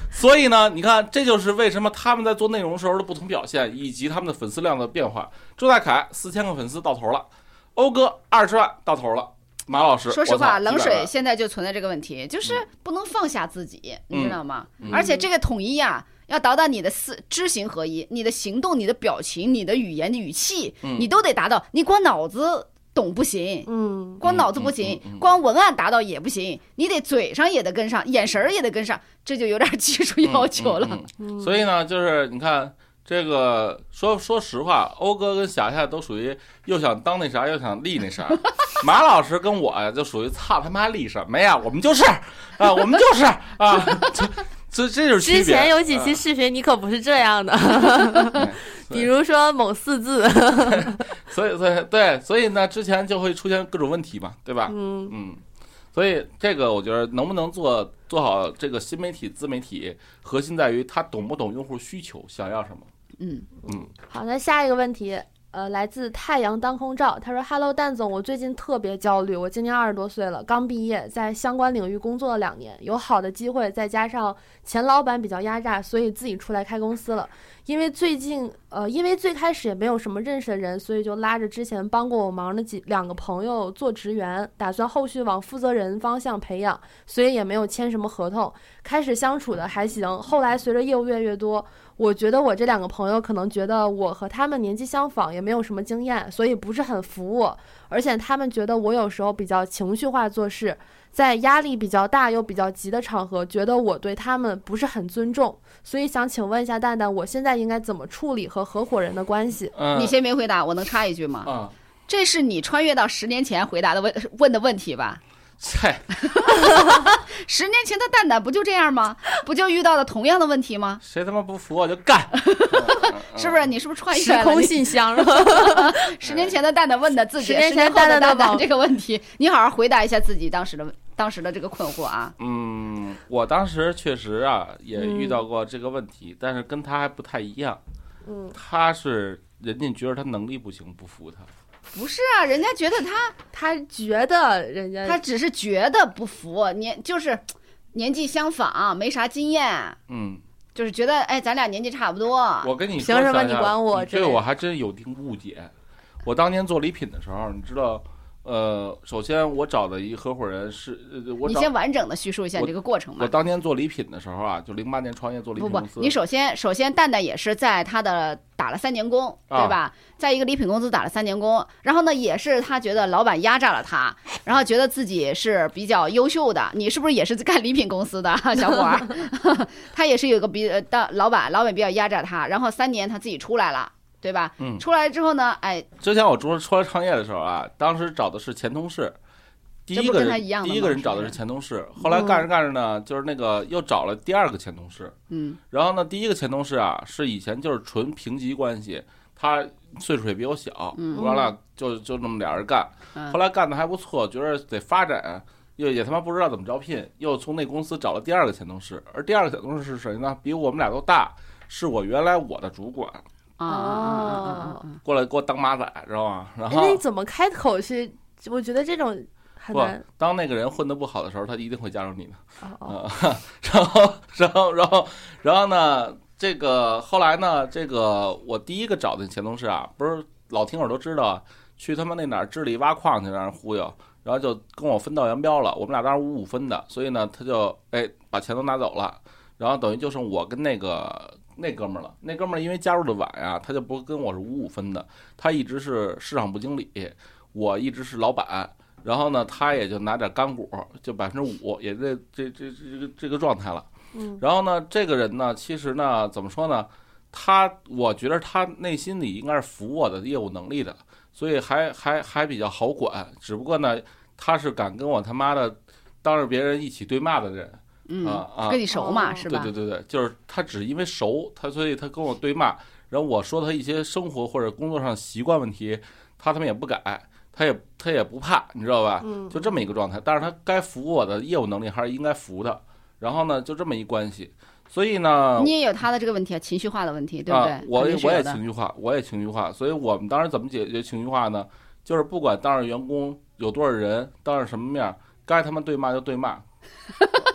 所以呢，你看，这就是为什么他们在做内容时候的不同表现，以及他们的粉丝量的变化。周大凯四千个粉丝到头了，欧哥二十万到头了。马老师， 说实话，冷水现在就存在这个问题，就是不能放下自己，嗯、你知道吗？嗯、而且这个统一呀、啊，要达到你的思知行合一，你的行动、你的表情、你的语言的语气，嗯、你都得达到。你光脑子懂不行，嗯，光脑子不行，嗯嗯嗯、光文案达到也不行，你得嘴上也得跟上，眼神也得跟上，这就有点技术要求了。 嗯嗯嗯、所以呢，就是你看。这个说说实话，欧哥跟霞霞都属于又想当那啥又想立那啥，马老师跟我呀就属于操他妈立什么呀，我们就是啊，我们就是啊，这这这就是区别。 之前有几期视频你可不是这样的，啊、比如说某四字， 所以所以对，所以呢之前就会出现各种问题嘛，对吧？嗯嗯。所以这个我觉得能不能做做好这个新媒体自媒体，核心在于他懂不懂用户需求，想要什么。 嗯嗯。 好，那下一个问题，呃，来自太阳当空照，他说 ：“Hello， 蛋总，我最近特别焦虑，我今年二十多岁了，刚毕业，在相关领域工作了两年，有好的机会，再加上前老板比较压榨，所以自己出来开公司了。因为最近，呃，因为最开始也没有什么认识的人，所以就拉着之前帮过我忙的几两个朋友做职员，打算后续往负责人方向培养，所以也没有签什么合同。开始相处的还行，后来随着业务越来越多。”我觉得我这两个朋友可能觉得我和他们年纪相仿，也没有什么经验，所以不是很服我，而且他们觉得我有时候比较情绪化做事，在压力比较大又比较急的场合，觉得我对他们不是很尊重，所以想请问一下蛋蛋，我现在应该怎么处理和合伙人的关系？ 嗯、你先没回答，我能插一句吗？ 嗯、 这是你穿越到十年前回答的问问的问题吧？ 嗨， 十年前的蛋蛋不就这样吗？不就遇到了同样的问题吗？ 谁他妈不服我就干， 是不是？你是不是穿越了？ 时空信箱。 十年前的蛋蛋问的自己， 十年前蛋蛋的这个问题，你好好回答一下自己当时的当时的这个困惑啊。 嗯，我当时确实啊也遇到过这个问题，嗯、但是跟他还不太一样。嗯，他是人家觉得他能力不行，不服他。 不是啊，人家觉得他， 他觉得人家， 他只是觉得不服，年就是年纪相仿，没啥经验， 嗯， 就是觉得哎，咱俩年纪差不多。 我跟你说， 凭什么你管我？ 这个我还真有定误解。我当年做礼品的时候，你知道，呃，首先我找的一合伙人是，呃、我你先完整的叙述一下这个过程吧。 我当年做礼品的时候啊，就零八年创业做礼品公司。 不不，你首先首先蛋蛋也是在他的打了三年工，对吧？啊、在一个礼品公司打了三年工，然后呢，也是他觉得老板压榨了他，然后觉得自己是比较优秀的。你是不是也是干礼品公司的小伙儿？他也是有个比呃，老板老板比较压榨他，然后三年他自己出来了。对吧？嗯，出来之后呢，哎， 之前我出出来创业的时候啊，当时找的是前同事，第一个人第一个人找的是前同事，后来干着干着呢，就是那个又找了第二个前同事， 嗯， 然后呢，第一个前同事啊是以前就是纯平级关系，他岁数也比我小， 嗯， 完了就就那么俩人干， 嗯、 后来干的还不错，觉得得发展，又也他妈不知道怎么招聘，又从那公司找了第二个前同事，而第二个前同事是谁呢？比我们俩都大，是我原来我的主管。 哦， 过来给我当马仔，知道吗？然后那你怎么开口是？我觉得这种很难。 当那个人混得不好的时候，他一定会加入你的。 哦、 呃，然后，然后，然后，然后呢？这个后来呢？这个我第一个找的前同事啊，不是老听友都知道，去他妈那哪儿智利挖矿去让人忽悠，然后就跟我分道扬镳了。我们俩当时五五分的，所以呢，他就哎把钱都拿走了，然后等于就剩我跟那个。那哥们儿了，那哥们儿因为加入的晚呀，他就不跟我是五五分的，他一直是市场部经理，我一直是老板，然后呢，他也就拿点干股，就百分之五，也这这这这个这个状态了。 嗯， 然后呢，这个人呢，其实呢，怎么说呢？他我觉得他内心里应该是服我的业务能力的，所以还还还比较好管。只不过呢，他是敢跟我他妈的当着别人一起对骂的人。 嗯啊啊， 跟你熟嘛，是吧？ 对对对对，就是他只因为熟，他所以他跟我对骂，然后我说他一些生活或者工作上习惯问题，他他们也不改，他也他也不怕，你知道吧？ 嗯， 就这么一个状态。但是他该服我的业务能力还是应该服的。然后呢，就这么一关系。所以呢， 你也有他的这个问题啊，情绪化的问题，对不对？ 啊、我我也情绪化，我也情绪化。所以我们当时怎么解决情绪化呢？就是不管当着员工有多少人，当着什么面，该他们对骂就对骂。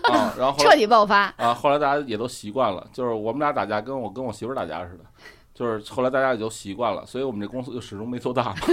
啊，然后后来彻底爆发啊，后来大家也都习惯了，就是我们俩打架跟我跟我媳妇儿打架似的，就是后来大家也都习惯了，所以我们这公司就始终没做大嘛。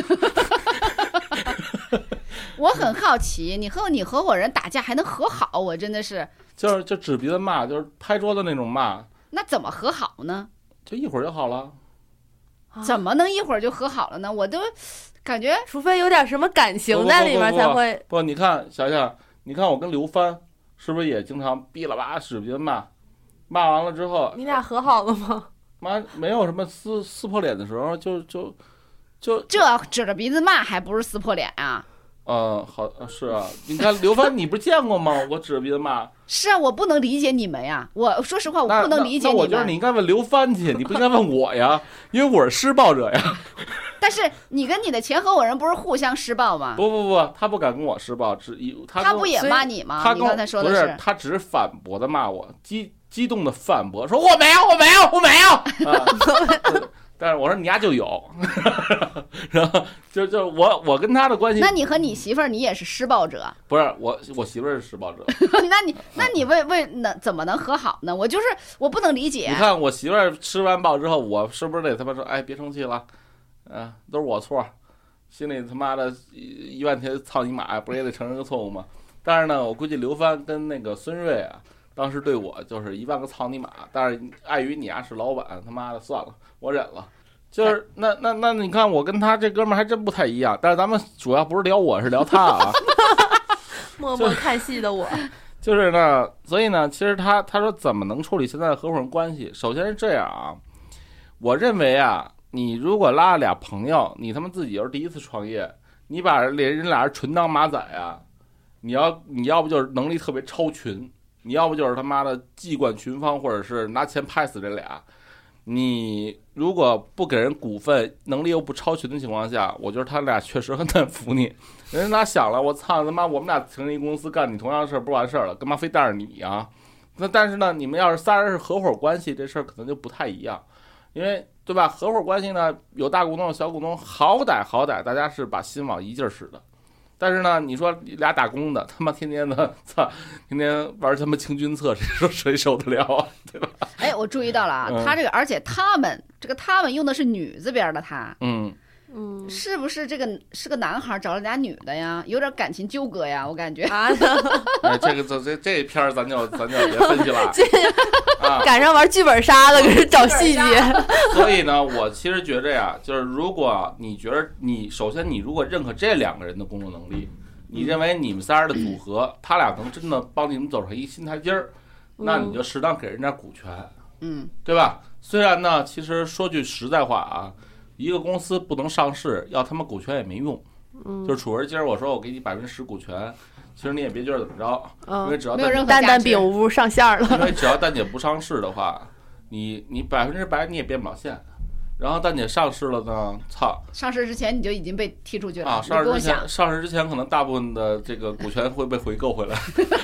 我很好奇，你和你合伙人打架还能和好，我真的是。 就是就指鼻子骂，就是拍桌子那种骂。 那怎么和好呢？ 就一会儿就好了。 怎么能一会儿就和好了呢？我都感觉， 除非有点什么感情在里面才会。 不, 不, 不, 不, 不，你看，想想，你看我跟刘帆是不是也经常哔啦吧指鼻子骂？骂完了之后， 你俩和好了吗？ 妈，没有什么撕撕破脸的时候，就就就这指着鼻子骂还不是撕破脸啊？ 嗯，好，是啊，你看刘帆，你不是见过吗？我指着鼻子骂。 是啊，我不能理解你们呀。我说实话，我不能理解你们。 那, 那, 那我觉得你应该问刘帆去，你不应该问我呀，因为我是施暴者呀。 但是你跟你的前合伙人不是互相施暴吗？ 不不不，他不敢跟我施暴，只他他不也骂你吗？ 他你刚才说的是不是，他只是反驳的骂我，激激动的反驳说我没有，我没有，我没有。啊但是我说你丫就有，然后就就我我跟他的关系， 那你和你媳妇儿你也是施暴者？ 不是我我媳妇儿是施暴者， 那你那你为为能怎么能和好呢？我就是我不能理解。 你看我媳妇儿吃完暴之后，我是不是得他妈说哎别生气了，啊都是我错，心里他妈的一一万天操你妈，不是也得承认个错误吗？但是呢，我估计刘帆跟那个孙瑞啊。当时对我就是一万个操你妈，但是碍于你丫是老板，他妈的算了，我忍了。就是那那那你看我跟他这哥们儿还真不太一样，但是咱们主要不是聊我，是聊他啊。 默默看戏的我。 就是呢，所以呢，其实他他说怎么能处理现在的合伙人关系？首先是这样啊，我认为啊，你如果拉了俩朋友，你他妈自己又是第一次创业，你把人人俩人纯当马仔啊，你要你要不就是能力特别超群。你要不就是他妈的技冠群芳，或者是拿钱拍死这俩。你如果不给人股份，能力又不超群的情况下，我觉得他俩确实很难服你。人家哪想了，我操他妈，我们俩成立一公司干你同样的事儿不完事儿了，干嘛非带着你啊？那但是呢，你们要是仨人是合伙关系，这事儿可能就不太一样，因为对吧？合伙关系呢，有大股东有小股东，好歹好歹大家是把心往一劲儿使的。但是呢，你说俩打工的，他妈天天的，操，天天玩他妈清君侧，谁说谁受得了啊？对吧？ 哎，我注意到了啊，嗯、他这个，而且他们这个他们用的是女字边的他， 嗯嗯， 是不是这个是个男孩找了俩女的呀？有点感情纠葛呀，我感觉。 啊， 哎，这个这这这片儿咱就咱就别分析了， 啊，赶上玩剧本杀了，给人找细节。 所以呢，我其实觉着呀，就是如果你觉得你首先你如果认可这两个人的工作能力，你认为你们仨人的组合，他俩能真的帮你们走上一新台阶儿，那你就适当给人家股权， 嗯， 对吧？虽然呢，其实说句实在话啊。一个公司不能上市，要他们股权也没用。嗯，就是楚文，今儿我说我给你百分之十股权，其实你也别觉得怎么着， 嗯、 因为只要蛋蛋饼屋上线了， 因为只要蛋姐不上市的话，你你百分之百你也变不了现。然后蛋姐上市了呢，操！ 上市之前你就已经被踢出去了啊！上市之前，上市之前可能大部分的这个股权会被回购回来。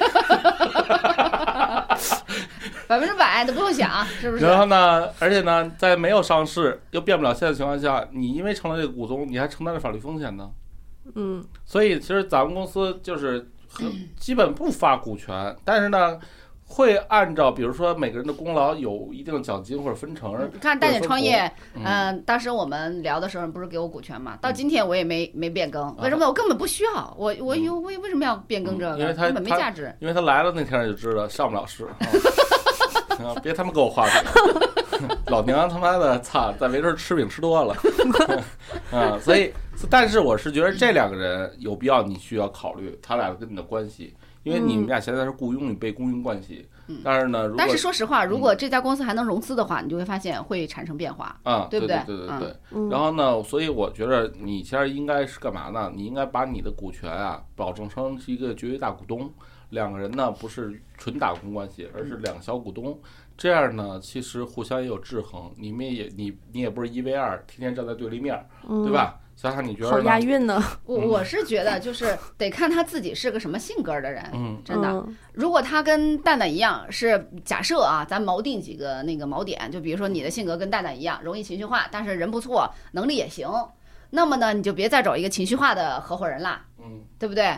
百分之百都不用想，是不是？ 然后呢，而且呢，在没有上市又变不了现的情况下，你因为成了这个股东，你还承担着法律风险呢。 嗯， 所以其实咱们公司就是基本不发股权，但是呢，会按照比如说每个人的功劳有一定的奖金或者分成。 你看蛋姐创业，嗯、呃，当时我们聊的时候不是给我股权嘛？到今天我也没没变更，为什么？我根本不需要，我我有为为什么要变更这个？ 因为他根本没价值。 因为他来了那天就知道上不了市。啊、别他妈给我画饼，老娘他妈的操，在围城吃饼吃多了，啊，所以，但是我是觉得这两个人有必要，你需要考虑他俩跟你的关系，因为你们俩现在是雇佣与被雇佣关系，嗯、但是呢，如果但是说实话，如果这家公司还能融资的话，你就会发现会产生变化， 啊， 对不对？ 对对对对对。嗯、然后呢，所以我觉得你现在应该是干嘛呢？你应该把你的股权啊，保证成是一个绝对大股东。两个人呢不是纯打工关系，而是两个小股东，这样呢其实互相也有制衡，你们也你你也不是一 v 二，天天站在对立面，嗯、对吧？想想你觉得好押韵呢？ 我我是觉得就是得看他自己是个什么性格的人， 嗯， 真的。如果他跟蛋蛋一样，是假设啊，咱锚定几个那个锚点，就比如说你的性格跟蛋蛋一样，容易情绪化，但是人不错，能力也行，那么呢你就别再找一个情绪化的合伙人啦， 嗯， 对不对？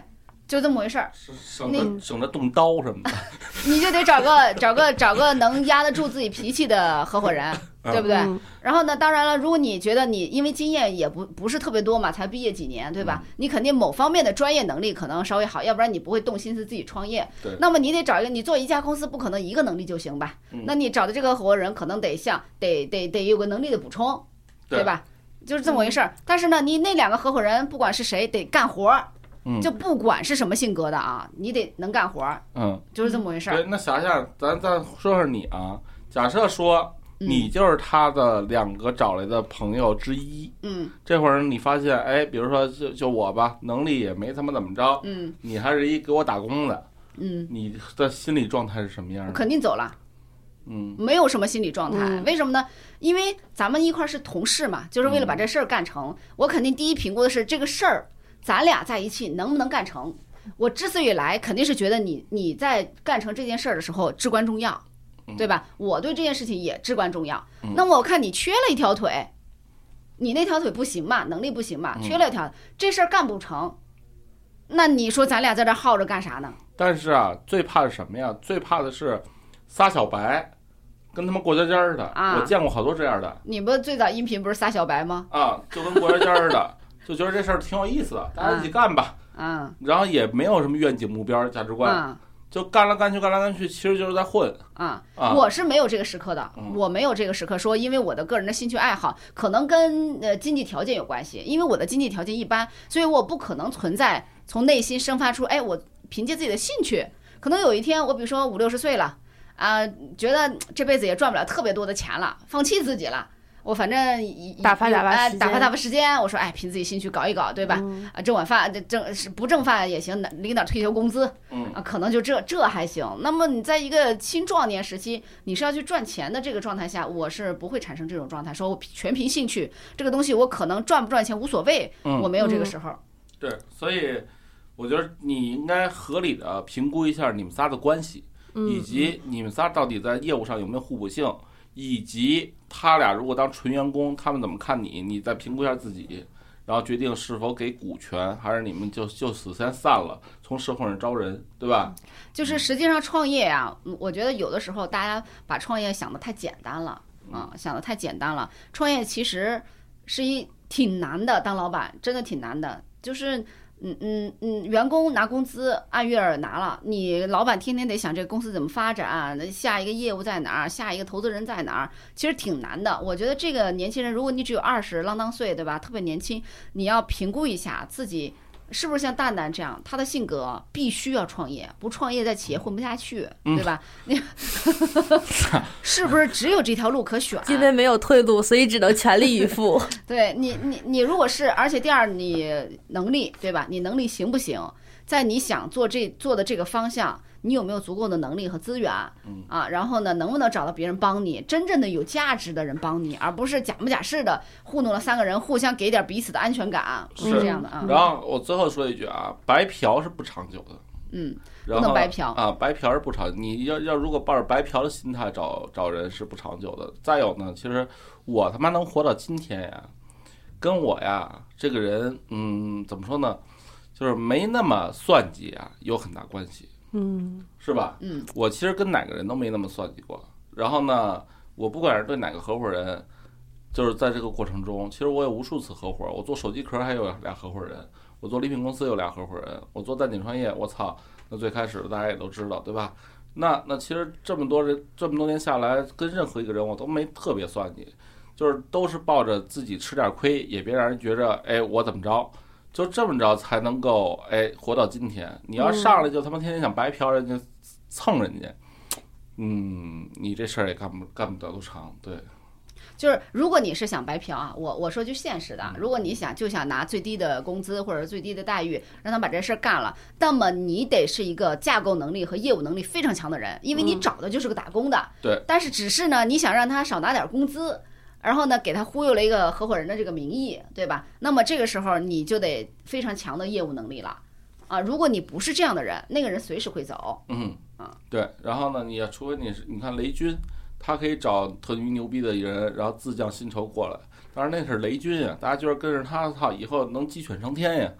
就这么回事儿。 省着省着动刀什么的， 你就得找个找个找个能压得住自己脾气的合伙人，对不对？ 嗯、 然后呢，当然了，如果你觉得你因为经验也不不是特别多嘛，才毕业几年，对吧？嗯、你肯定某方面的专业能力可能稍微好，要不然你不会动心思自己创业。 对。 那么你得找一个，你做一家公司不可能一个能力就行吧？ 嗯、 那你找的这个合伙人可能得像得得得有个能力的补充，对吧？就是这么回事儿。但是呢，你那两个合伙人不管是谁得干活儿。 嗯， 就不管是什么性格的啊，你得能干活儿， 嗯， 就是这么回事儿。 对，那想想，咱咱说说你啊，假设说你就是他的两个找来的朋友之一， 嗯， 这会儿你发现，哎，比如说就就我吧，能力也没他妈怎么着， 嗯， 你还是一给我打工的， 嗯， 你的心理状态是什么样的？ 肯定走了。 嗯， 没有什么心理状态， 嗯、 为什么呢？因为咱们一块是同事嘛，就是为了把这事儿干成。嗯、我肯定第一评估的是这个事儿。咱俩在一起能不能干成？我之所以来，肯定是觉得你你在干成这件事儿的时候至关重要，对吧？我对这件事情也至关重要。那么我看你缺了一条腿，你那条腿不行嘛，能力不行嘛，缺了一条，这事儿干不成。那你说咱俩在这耗着干啥呢？ 但是啊，最怕是什么呀？最怕的是仨小白，跟他们过家家的。 啊、 我见过好多这样的。 你不最早音频不是仨小白吗？ 啊，就跟过家家的。就觉得这事儿挺有意思的，大家一起干吧。 嗯， 然后也没有什么愿景、目标、价值观， 嗯、 就干来干去，干来干去，其实就是在混。 啊、 嗯嗯， 我是没有这个时刻的，嗯、我没有这个时刻说，因为我的个人的兴趣爱好可能跟呃经济条件有关系，因为我的经济条件一般，所以我不可能存在从内心生发出，哎，我凭借自己的兴趣，可能有一天我比如说五六十岁了，啊、呃，觉得这辈子也赚不了特别多的钱了，放弃自己了。我反正打发打发时间，打发打发时间。我说，哎，凭自己兴趣搞一搞，对吧？ 嗯、 啊，挣晚饭，挣是不挣饭也行，领点退休工资， 嗯啊，可能就这这还行。那么你在一个青壮年时期，你是要去赚钱的这个状态下，我是不会产生这种状态，说我全凭兴趣，这个东西我可能赚不赚钱无所谓， 嗯、 我没有这个时候。 对，所以我觉得你应该合理的评估一下你们仨的关系， 嗯、 以及你们仨到底在业务上有没有互补性。以及他俩如果当纯员工，他们怎么看你？你再评估一下自己，然后决定是否给股权，还是你们就就此先散了，从社会上招人，对吧？ 就是实际上创业呀、啊，我觉得有的时候大家把创业想得太简单了啊，想得太简单了。创业其实是一挺难的，当老板真的挺难的，就是。嗯嗯嗯，员工拿工资按月拿了，你老板天天得想这个公司怎么发展，下一个业务在哪儿，下一个投资人在哪儿，其实挺难的。我觉得这个年轻人，如果你只有二十啷当岁，对吧？特别年轻，你要评估一下自己是不是像蛋蛋这样，他的性格必须要创业，不创业在企业混不下去，对吧？你、嗯、是不是只有这条路可选？ 因为没有退路，所以只能全力以赴。 对你，你你如果是，而且第二，你能力对吧？你能力行不行？在你想做这做的这个方向，你有没有足够的能力和资源？ 嗯啊，然后呢，能不能找到别人帮你，真正的有价值的人帮你，而不是假模假式的糊弄了三个人，互相给点彼此的安全感， 是这样的啊。 然后我最后说一句啊，白嫖是不长久的。 嗯， 然后不能白嫖啊，白嫖是不长，你要要如果抱着白嫖的心态找找人是不长久的。再有呢，其实我他妈能活到今天呀，跟我呀这个人，嗯，怎么说呢，就是没那么算计啊，有很大关系。 嗯， 是吧？ 嗯， 我其实跟哪个人都没那么算计过。然后呢，我不管是对哪个合伙人，就是在这个过程中，其实我有无数次合伙。我做手机壳还有俩合伙人，我做礼品公司有俩合伙人，我做蛋姐创业，我操，那最开始的大家也都知道，对吧？那那其实这么多人这么多年下来，跟任何一个人我都没特别算计，就是都是抱着自己吃点亏，也别让人觉着哎我怎么着。就这么着才能够哎活到今天。你要上来就他妈天天想白嫖人家、嗯、蹭人家，嗯，你这事儿也干不干不了多长。对， 就是如果你是想白嫖啊，我我说句现实的，如果你想就想拿最低的工资或者最低的待遇让他把这事儿干了，那么你得是一个架构能力和业务能力非常强的人，因为你找的就是个打工的。 嗯、对。 但是只是呢，你想让他少拿点工资。然后呢，给他忽悠了一个合伙人的这个名义，对吧？那么这个时候你就得非常强的业务能力了，啊！如果你不是这样的人，那个人随时会走。 嗯， 啊， 对。然后呢，你要除非你是，你看雷军，他可以找特别牛逼的人，然后自降薪酬过来。当然那是雷军呀，大家就是跟着他，操，以后能鸡犬升天呀。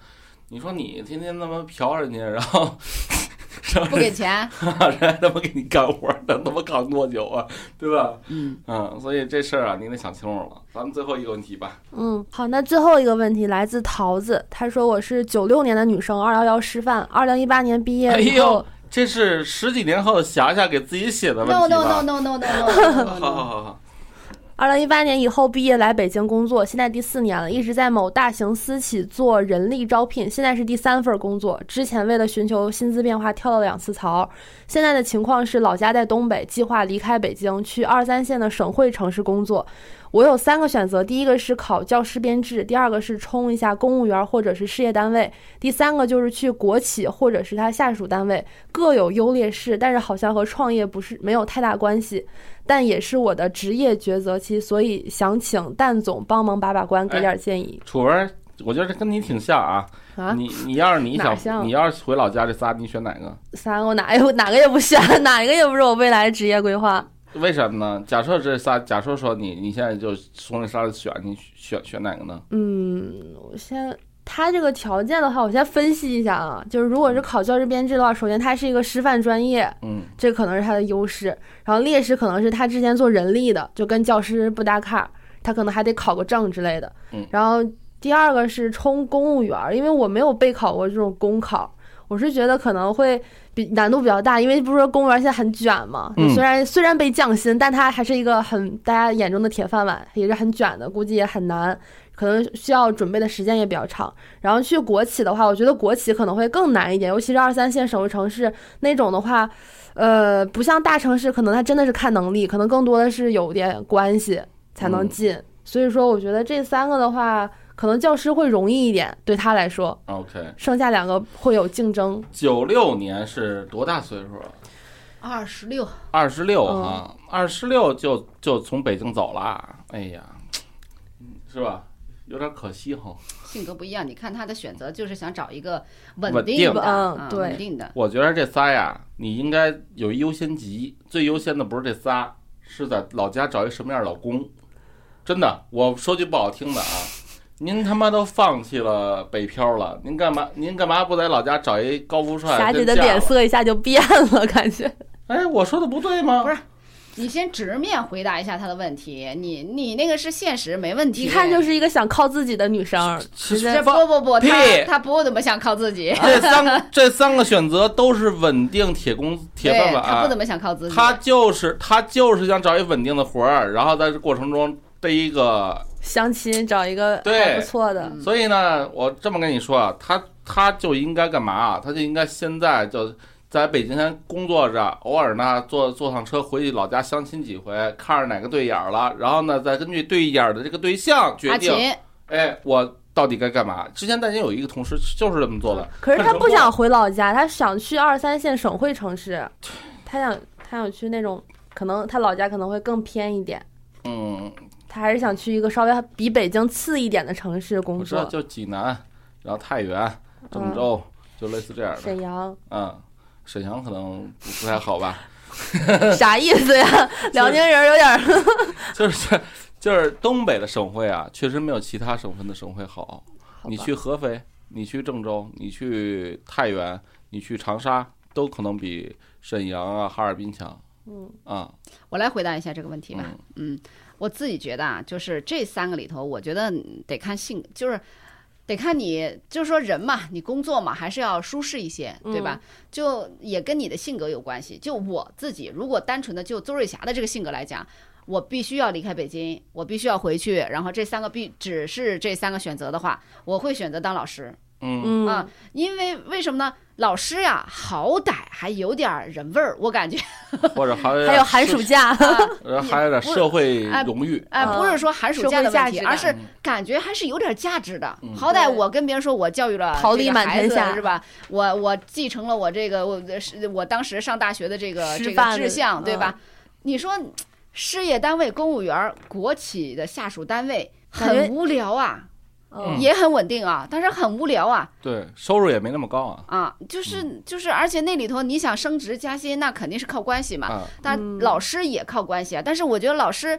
你说你天天那么嫖人家，然后不给钱， 人家他妈给你干活，能他妈干多久啊？对吧？ 嗯嗯，所以这事儿啊，您得想清楚了。咱们最后一个问题吧。 嗯，好，那最后一个问题来自桃子，她说我是九六年的女生，二幺幺师范，二零一八年毕业以后。 哎呦，这是十几年后的霞霞给自己写的问题吧 ？No no no no no no no。 好好好好。 二零一八年以后毕业来北京工作，现在第四年了，一直在某大型私企做人力招聘，现在是第三份工作。之前为了寻求薪资变化跳了两次槽。现在的情况是老家在东北，计划离开北京去二三线的省会城市工作。我有三个选择，第一个是考教师编制，第二个是冲一下公务员或者是事业单位，第三个就是去国企或者是他下属单位，各有优劣势，但是好像和创业不是没有太大关系，但也是我的职业抉择期，所以想请蛋总帮忙把把关，给点建议。 哎、楚文，我觉得这跟你挺像啊。 啊， 你你要是你想你要是回老家这仨，你选哪个？ 仨我哪有哪个也不选，哪个也不是我未来的职业规划。 为什么呢？假设这仨，假设说你你现在就从这仨里选，你选选哪个呢？ 嗯，我先他这个条件的话，我先分析一下啊。就是如果是考教师编制的话，首先他是一个师范专业， 嗯， 这可能是他的优势。然后劣势可能是他之前做人力的，就跟教师不搭嘎，他可能还得考个证之类的。 嗯， 然后第二个是冲公务员，因为我没有备考过这种公考，我是觉得可能会比难度比较大，因为不是说公务员现在很卷嘛， 嗯、 虽然虽然被降薪，但它还是一个很大家眼中的铁饭碗，也是很卷的，估计也很难，可能需要准备的时间也比较长。然后去国企的话，我觉得国企可能会更难一点，尤其是二三线省会城市那种的话，呃，不像大城市，可能它真的是看能力，可能更多的是有点关系才能进。嗯、所以说，我觉得这三个的话。可能教师会容易一点，对他来说。 OK， 剩下两个会有竞争。 九六年是多大岁数？ 二十六。 二十六啊，二十六就就从北京走了，哎呀，是吧？有点可惜哈。 性格不一样，你看他的选择就是想找一个稳定定的， 嗯，对， 稳定的。 我觉得这仨呀，你应该有优先级，最优先的不是这仨，是在老家找一什么样的老公。真的，我说句不好听的啊。您他妈都放弃了北漂了，您干嘛？您干嘛不在老家找一高富帅？ 霞姐的脸色一下就变了，感觉。 哎，我说的不对吗？ 不是，你先直面回答一下他的问题。你你那个是现实，没问题。 一看就是一个想靠自己的女生。 这不不不，他他不怎么想靠自己。 这三这三个选择都是稳定铁工铁饭碗。 他不怎么想靠自己。 他就是他就是想找一稳定的活儿，然后在这过程中背一个。 相亲找一个还不错的， 所以呢，我这么跟你说啊，他他就应该干嘛啊？他就应该现在就在北京先工作着，偶尔呢坐坐上车回去老家相亲几回，看着哪个对眼了，然后呢再根据对眼的这个对象决定，哎，我到底该干嘛？之前大家有一个同事就是这么做的， 可是他不想回老家，他想去二三线省会城市，他想他想去那种可能他老家可能会更偏一点， 嗯。 他还是想去一个稍微比北京次一点的城市工作， 就济南，然后太原、郑州，嗯、就类似这样的。 沈阳， 嗯，沈阳可能不不太好吧？ 啥意思呀？辽宁人有点就是就是东北的省会啊，确实没有其他省份的省会好。好你去合肥，你去郑州，你去太原，你去长沙，都可能比沈阳啊、哈尔滨强。 嗯啊， 我来回答一下这个问题吧。 嗯。 嗯我自己觉得啊，就是这三个里头，我觉得得看性，就是得看你，就是说人嘛，你工作嘛，还是要舒适一些，对吧？嗯、就也跟你的性格有关系。就我自己，如果单纯的就邹瑞霞的这个性格来讲，我必须要离开北京，我必须要回去，然后这三个必只是这三个选择的话，我会选择当老师。 嗯啊，因为为什么呢？老师呀，好歹还有点人味儿，我感觉。 或者还还有寒暑假， 呃，还有点社会荣誉。 哎、呃呃，不是说寒暑假的问题，而是感觉还是有点价值的。 嗯、 好歹我跟别人说我教育了桃李满天下， 是吧？我我继承了我这个我我当时上大学的这个这个志向，对吧？嗯、你说事业单位、公务员、国企的下属单位很无聊啊。 嗯、 也很稳定啊，但是很无聊啊。 对，收入也没那么高啊。 啊，就是就是，而且那里头你想升职加薪，那肯定是靠关系嘛。 啊、 但老师也靠关系啊。但是我觉得老师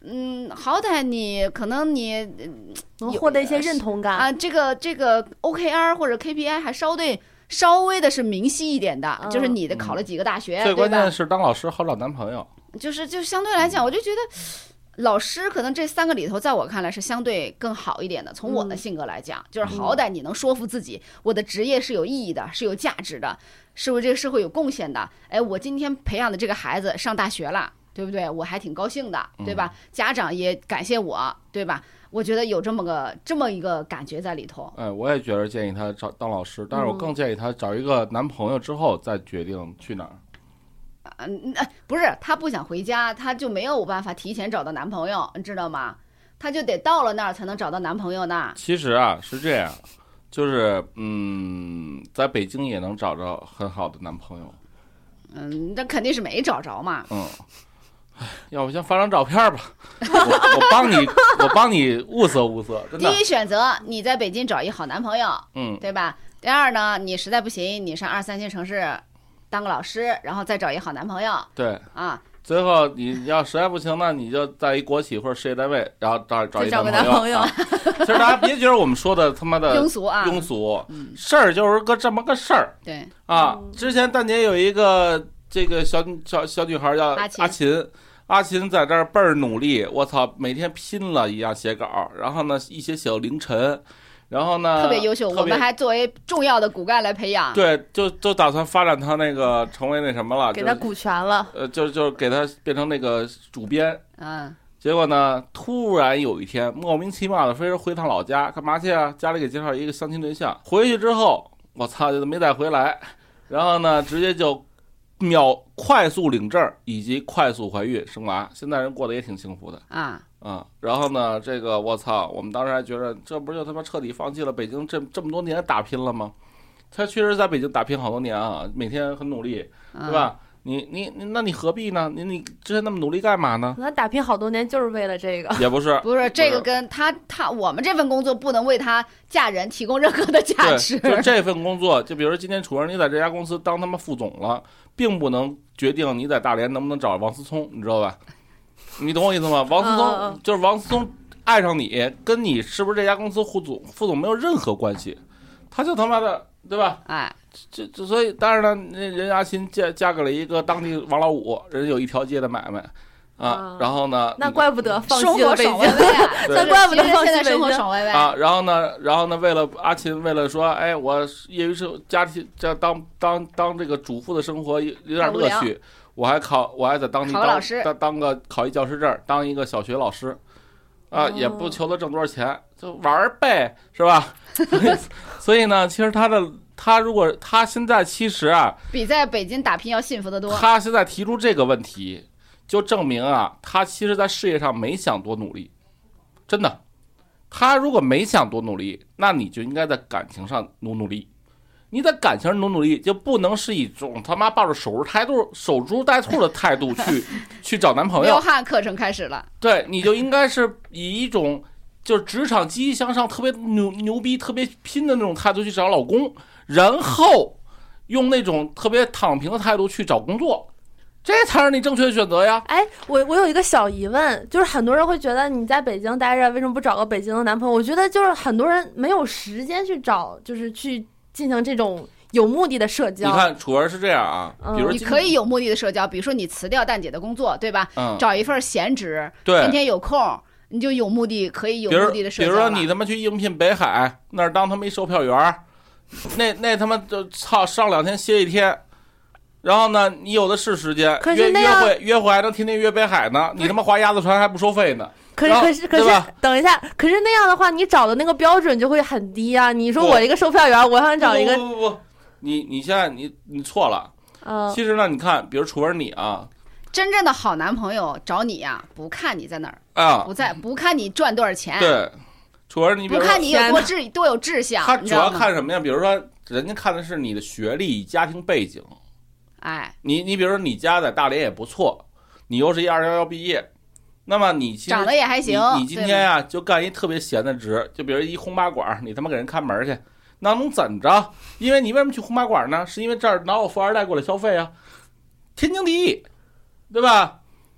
嗯，好歹你可能你能获得一些认同感啊，这个这个 O K R 或者 K P I 还稍对稍微的是明晰一点的，嗯、就是你的考了几个大学， 嗯、最关键的是当老师好找男朋友， 就是就相对来讲，我就觉得老师可能这三个里头，在我看来是相对更好一点的。从我的性格来讲，嗯、就是好歹你能说服自己，我的职业是有意义的，是有价值的，是为这个社会有贡献的。哎，我今天培养的这个孩子上大学了。对不对？我还挺高兴的，对吧？嗯、家长也感谢我，对吧？我觉得有这么个这么一个感觉在里头。 哎，我也觉得建议他找当老师，但是我更建议他找一个男朋友之后再决定去哪儿。 嗯、呃，不是，他不想回家，他就没有办法提前找到男朋友，你知道吗？他就得到了那儿才能找到男朋友呢。 其实啊，是这样，就是嗯，在北京也能找着很好的男朋友。 嗯，那肯定是没找着嘛。 嗯。要不先发张照片吧，我我帮你，我帮你物色物色。 第一选择，你在北京找一好男朋友， 嗯， 对吧？第二呢，你实在不行，你上二三线城市当个老师，然后再找一好男朋友。 对啊， 最后你要实在不行呢，你就在一国企或者事业单位，然后找找一男朋友。 朋友啊、其实大家别觉得我们说的他妈的庸俗啊， 庸俗，嗯、事儿就是个这么个事儿。 对啊，之前蛋姐有一个这个小小小女孩叫阿琴。阿琴阿琴在这儿倍儿努力，我操，每天拼了一样写稿，然后呢一写写到凌晨，然后呢特别优秀，我们还作为重要的骨干来培养。 对，就就打算发展他那个成为那什么了， 给他股权了。 呃，就就给他变成那个主编。 嗯。 结果呢，突然有一天莫名其妙的飞着回趟老家，干嘛去啊？家里给介绍一个相亲对象，回去之后，我操，就没再回来，然后呢，直接就。秒快速领证以及快速怀孕生娃，现在人过得也挺幸福的啊啊！然后呢，这个我操，我们当时还觉得这不就他妈彻底放弃了北京这这么多年打拼了吗？他确实在北京打拼好多年啊，每天很努力，对吧？嗯你你你，那你何必呢？你你之前那么努力干嘛呢？ 他打拼好多年就是为了这个， 也不是， 不是这个跟他他我们这份工作不能为他嫁人提供任何的价值。 就这份工作，就比如说今天楚儿你在这家公司当他妈副总了，并不能决定你在大连能不能找王思聪，你知道吧？你懂我意思吗？王思聪、嗯、就是王思聪爱上你，跟你是不是这家公司副总副总没有任何关系，他就他妈的。对吧？ 哎， 这这所以当然了，那人阿琴嫁嫁给了一个当地王老五，人有一条街的买卖啊，啊然后呢， 那怪不得放弃了北京， 那怪不得放弃了生活爽歪歪啊。然后呢，然后呢，为了阿琴，为了说，哎，我业余生家庭这当当当这个主妇的生活有点乐趣，我还考，我还在当地当当当个考一教师证，当一个小学老师。啊，也不求他挣多少钱，就玩呗，是吧？所以呢，其实他的他如果他现在其实啊， 比在北京打拼要幸福得多。 他现在提出这个问题，就证明啊，他其实在事业上没想多努力，真的。他如果没想多努力，那你就应该在感情上努努力。你在感情上努努力，就不能是一种他妈抱着守株待兔、守株待兔的态度去去找男朋友。 彪悍课程开始了， 对，你就应该是以一种就是职场积极向上、特别牛牛逼、特别拼的那种态度去找老公，然后用那种特别躺平的态度去找工作，这才是你正确的选择呀。 哎，我我有一个小疑问，就是很多人会觉得你在北京待着，为什么不找个北京的男朋友？我觉得就是很多人没有时间去找，就是去。进行这种有目的的社交。 你看楚儿是这样啊， 嗯、 比如你可以有目的的社交，比如说你辞掉蛋姐的工作，对吧？ 嗯， 找一份闲职， 对， 天天有空，你就有目的，可以有目的的社交。 比如说你他妈去应聘北海那儿当他妈一售票员，那那他妈就操上两天歇一天。然后呢，你有的是时间，约约会约会还能天天约北海呢，你他妈划鸭子船还不收费呢。 可是可是可是，等一下，可是那样的话，你找的那个标准就会很低啊！你说我一个售票员，我想找一个， 不不不不，你你现在你你错了。 嗯， 其实呢，你看，比如楚儿你啊， 真正的好男朋友找你呀、啊，不看你在哪儿啊， 不在不看你赚多少钱， 对，楚儿你不看你有多志多有志向， 他主要看什么呀？比如说，人家看的是你的学历、家庭背景。 哎， 你你比如说你家在大连也不错，你又是一二幺幺毕业，那么你其实长得也还行。 你, 你今天啊就干一特别闲的职，就比如一红八馆，你他妈给人看门去，那能怎着？因为你为什么去红八馆呢？是因为这儿哪有富二代过来消费啊？天经地义，对吧？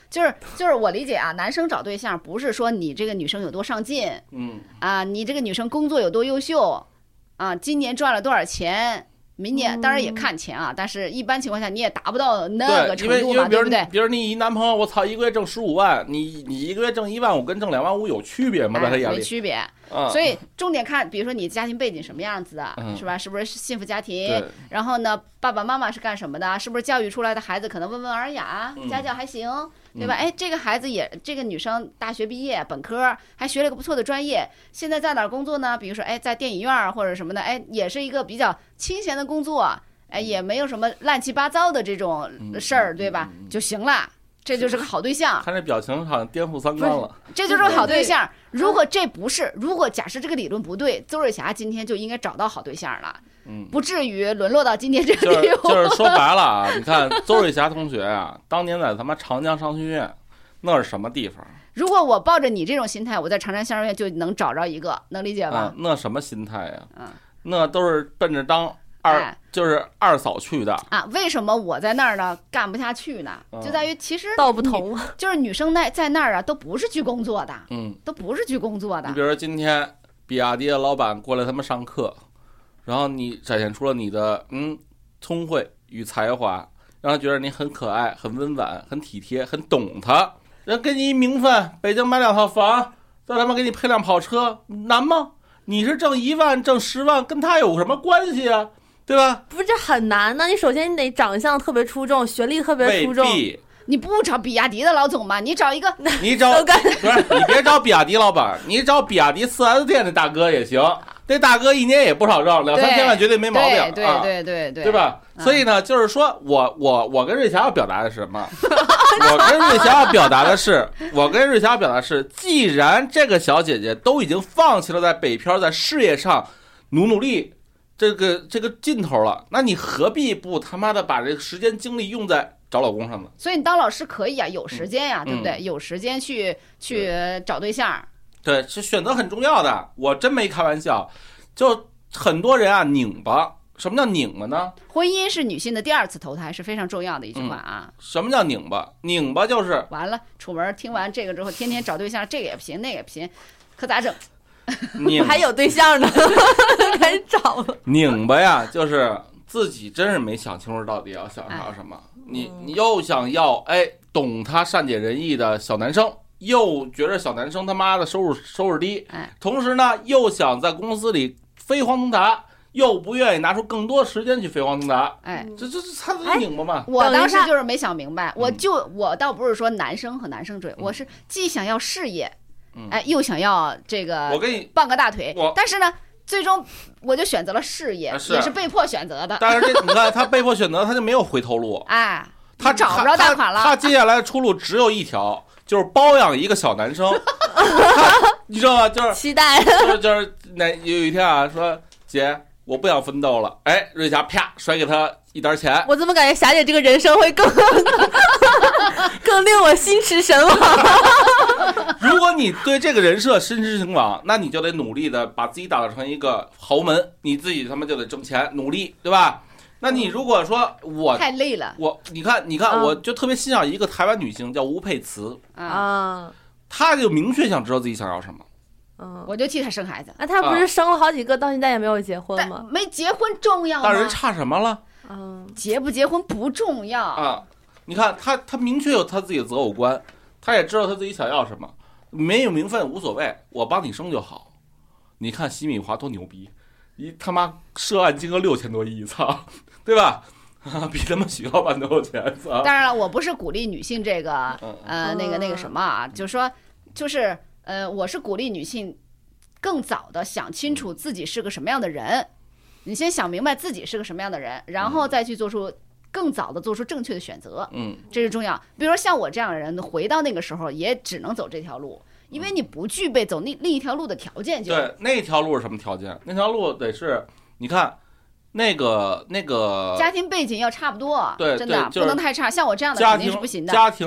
就是就是我理解啊，男生找对象不是说你这个女生有多上进， 嗯啊，你这个女生工作有多优秀，啊，今年赚了多少钱。明年当然也看钱啊，但是一般情况下你也达不到那个程度嘛，对不对？ 比如你一男朋友，我操，一个月挣十五万，你你一个月挣一万五，跟挣两万五有区别吗？在他眼里没区别。 嗯、 所以重点看，比如说你家庭背景什么样子的，嗯、是吧？是不是幸福家庭？然后呢，爸爸妈妈是干什么的？是不是教育出来的孩子可能温文尔雅， 嗯、 家教还行，对吧？哎，这个孩子也，这个女生大学毕业，本科还学了个不错的专业，现在在哪儿工作呢？比如说，哎，在电影院或者什么的，哎，也是一个比较清闲的工作。哎，也没有什么乱七八糟的这种事儿，对吧？就行了，这就是个好对象。 看这表情好像颠覆三观了。 这就是个好对象。如果这不是，如果假设这个理论不对，邹瑞霞今天就应该找到好对象了，嗯，不至于沦落到今天这个地步。 就是说白了啊，你看邹瑞霞同学啊，当年在他妈长江商学院，那是什么地方？ 如果我抱着你这种心态，我在长江商学院就能找着一个，能理解吧？ 啊、那什么心态呀？ 嗯， 那都是奔着当。二就是二嫂去的啊？为什么我在那儿呢干不下去呢？就在于其实道不同， 就是女生在在那儿啊，都不是去工作的， 嗯， 都不是去工作的。 你比如说今天比亚迪的老板过来他们上课，然后你展现出了你的嗯聪慧与才华，让他觉得你很可爱、很温婉、很体贴、很懂他。人给你一名分，北京买两套房，再他妈给你配辆跑车，难吗？你是挣一万、挣十万，跟他有什么关系啊？对吧？ 不是，这很难呢。你首先你得长相特别出众，学历特别出众。 你不找比亚迪的老总吗？你找一个， 你找不是你别找比亚迪老板，你找比亚迪 四 S 店的大哥也行。这大哥一年也不少挣，两三千万绝对没毛病。 对对对对对， 对吧？所以呢，就是说我我我跟瑞霞要表达的是什么？我跟瑞霞要表达的是，我跟瑞霞要表达的是，既然这个小姐姐都已经放弃了在北漂在事业上努努力。这个这个劲头了，那你何必不他妈的把这个时间精力用在找老公上呢？ 所以你当老师可以啊，有时间呀、啊嗯，对不对？ 嗯、 有时间去去找对象。 对，是选择很重要的，我真没开玩笑。就很多人啊拧巴，什么叫拧巴呢？ 婚姻是女性的第二次投胎，是非常重要的一句话啊。 嗯、什么叫拧巴？拧巴就是完了，出门听完这个之后，天天找对象，这个也不行，那个也不行，可咋整？ 我还有对象呢，开始找了。 拧巴呀，就是自己真是没想清楚到底要想要什么。哎、你你又想要哎懂他善解人意的小男生，又觉得小男生他妈的收入收入低， 哎， 同时呢又想在公司里飞黄腾达，又不愿意拿出更多时间去飞黄腾达， 哎， 这这这他的拧巴嘛。 我当时就是没想明白，我就我倒不是说男生和男生追，我是既想要事业。哎，又想要这个， 我给你傍个大腿，但是呢，最终我就选择了事业， 是也是被迫选择的。 但是这你看，他被迫选择，他就没有回头路。 哎， 他找不着贷款了。 他, 他接下来的出路只有一条，就是包养一个小男生。你知道吗？就是期待， 就是就是那有一天啊，说姐，我不想奋斗了。哎，瑞霞啪甩给他一沓钱。 我怎么感觉霞姐这个人生会更更令我心驰神往？ 如果你对这个人设心驰神往，那你就得努力的把自己打造成一个豪门，你自己他妈就得挣钱努力，对吧？那你如果说我太累了， 我你看你看，我就特别欣赏一个台湾女星叫吴佩慈啊， 她就明确想知道自己想要什么。 嗯，我就替她生孩子。 那她不是生了好几个，到现在也没有结婚吗？ 没结婚重要吗？ 但人差什么了？ 嗯， 结不结婚不重要啊。你看她，她明确有她自己的择偶观，她也知道她自己想要什么。没有名分无所谓，我帮你生就好。你看西米华多牛逼，一他妈涉案金额六千多亿，操，对吧？比他们许老板都有钱，操。 当然了，我不是鼓励女性这个呃那个那个什么啊，就是说就是呃，我是鼓励女性更早的想清楚自己是个什么样的人，你先想明白自己是个什么样的人，然后再去做出。更早的做出正确的选择， 嗯， 这是重要。比如说像我这样的人，回到那个时候也只能走这条路，因为你不具备走那另一条路的条件就。 对，那条路是什么条件？那条路得是，你看，那个那个家庭背景要差不多， 对， 真的不能太差。像我这样的肯定是不行的。 家庭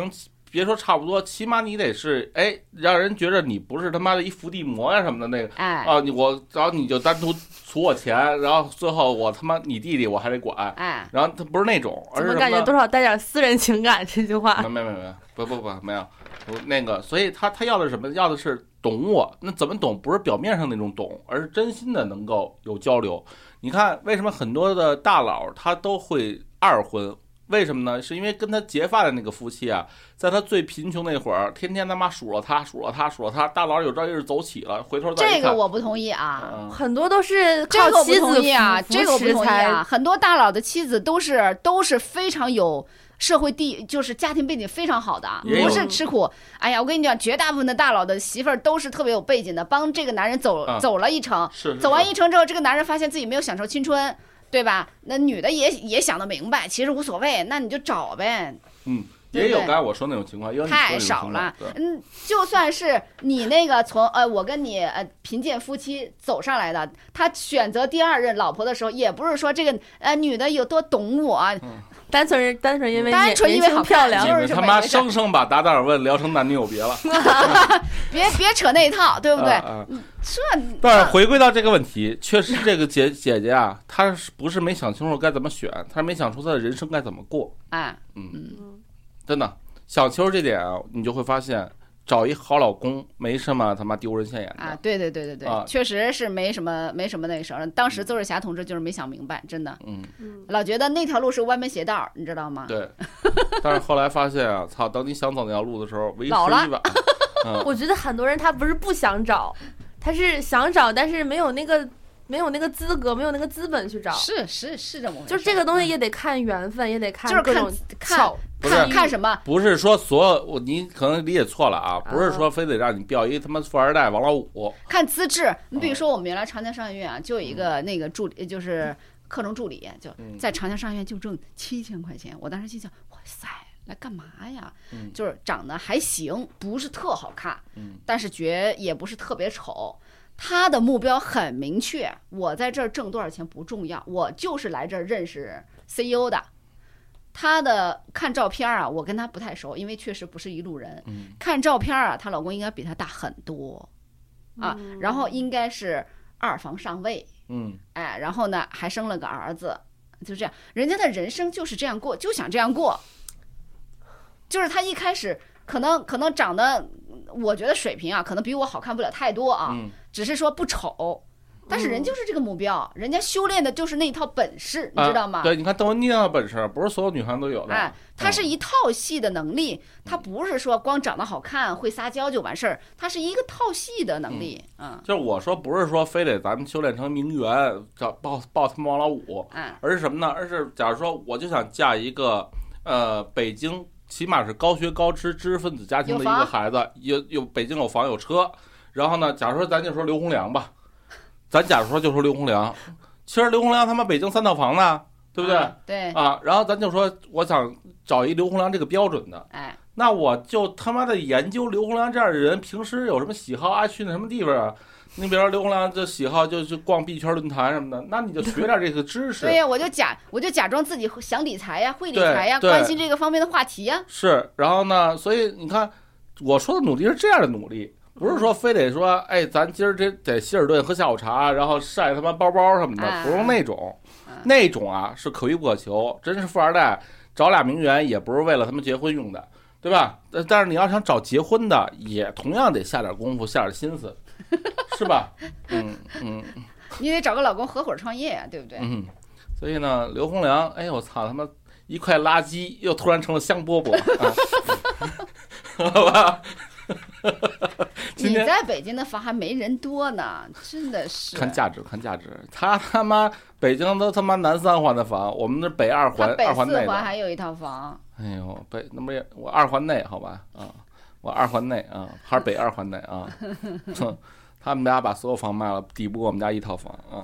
别说差不多，起码你得是哎，让人觉得你不是他妈的一伏地魔呀什么的那个。 哎啊，你我然后你就单独除我钱，然后最后我他妈你弟弟我还得管。 哎， 然后他不是那种，而是怎么感觉多少带点私人情感？这句话。 没没没没，不不不没有，那个，所以他他要的是什么？要的是懂我。那怎么懂？不是表面上那种懂，而是真心的能够有交流。你看，为什么很多的大佬他都会二婚？为什么呢？是因为跟他结发的那个夫妻啊，在他最贫穷那会儿，天天他妈数落他，数落他，数落他。大佬有朝一日走起了，回头再一看， 这个我不同意啊。 嗯、 很多都是靠这个我不妻子同意啊，这个我不同意啊。 才很多大佬的妻子都是都是非常有社会地，就是家庭背景非常好的，不是吃苦。哎呀，我跟你讲，绝大部分的大佬的媳妇儿都是特别有背景的，帮这个男人走、 啊、 走了一程。 是, 是, 是走完一程之后，这个男人发现自己没有享受青春。对吧？那女的也也想得明白，其实无所谓，那你就找呗。 嗯，也有刚才我说那种情况，因为太少了。嗯，就算是你那个从呃，我跟你呃贫贱夫妻走上来的，他选择第二任老婆的时候，也不是说这个呃女的有多懂我。 嗯单纯单纯因为单纯因为好漂亮， 就是他妈生生把达达尔问聊成男女有别了， 别别扯那一套，对不对？ 啊啊、 这但是回归到这个问题，确实这个姐姐姐啊，她是不是没想清楚该怎么选？她没想出她的人生该怎么过。 哎， 嗯嗯，真的想清楚这点啊，你就会发现。找一好老公没什么他妈丢人现眼的啊！对对对对对， 啊、 确实是没什么没什么那时候。当时邹日霞同志就是没想明白，真的， 嗯， 老觉得那条路是歪门邪道，你知道吗？ 对，但是后来发现啊，操！等你想走那条路的时候，为时已晚。嗯、 我觉得很多人他不是不想找，他是想找，但是没有那个。没有那个资格，没有那个资本去找， 是是是这么回事。 就是这个东西也得看缘分，也得看各种看看看什么。 不是说所有我你可能理解错了啊，不是说非得让你标一他妈富二代王老五。 看资质，你比如说我们原来长江商学院啊，就有一个那个助理，就是课程助理，就在长江商学院就挣七千块钱。我当时心想，哇塞，来干嘛呀？就是长得还行，不是特好看，但是绝也不是特别丑。他的目标很明确，我在这儿挣多少钱不重要，我就是来这儿认识 C E O 的。他的看照片啊，我跟他不太熟，因为确实不是一路人。 嗯、 看照片啊，她老公应该比她大很多啊， 嗯、 然后应该是二房上尉， 嗯， 哎，然后呢还生了个儿子，就这样，人家的人生就是这样过，就想这样过。就是他一开始可能可能长得，我觉得水平啊，可能比我好看不了太多啊， 嗯、 只是说不丑。但是人就是这个目标，嗯、人家修炼的就是那一套本事，你知道吗？ 啊、对，你看邓文妮那套本事，不是所有女孩都有的。 哎，她是一套系的能力，她、嗯、不是说光长得好看、会撒娇就完事儿，她是一个套系的能力。嗯， 嗯就是我说不是说非得咱们修炼成名媛，找抱抱他们王老五， 哎， 而是什么呢？而是假如说我就想嫁一个呃北京起码是高学高知知识分子家庭的一个孩子，有有北京有房有车，然后呢，假如说咱就说刘洪良吧。咱假如说就说刘洪良，其实刘洪良他妈北京三套房呢，对不对？ 啊对啊，然后咱就说我想找一刘洪良这个标准的， 哎， 那我就他妈的研究刘洪良这样的人平时有什么喜好，爱去那什么地方啊？你比如说刘洪良这喜好就是逛币圈论坛什么的，那你就学点这个知识。 对呀，我就假我就假装自己想理财呀，会理财呀，关心这个方面的话题呀。 是，然后呢，所以你看我说的努力是这样的努力。不是说非得说，哎，咱今儿这在希尔顿喝下午茶，然后晒他妈包包什么的，不用那种，那种啊是可遇不可求。真是富二代找俩名媛也不是为了他们结婚用的，对吧？但是你要想找结婚的，也同样得下点功夫，下点心思，是吧？嗯嗯， 你得找个老公合伙创业呀、啊，对不对？ 嗯，所以呢，刘洪良，哎我操他妈一块垃圾又突然成了香饽饽，啊、好吧？ 你在北京的房还没人多呢，真的是看价值，看价值。他他妈北京都他妈南三环的房，我们那北二环， 北二环内的。 四环还有一套房。 哎呦，北那不也我二环内好吧？啊，我二环内啊，还是北二环内啊。哼，他们家把所有房卖了，抵不过我们家一套房啊。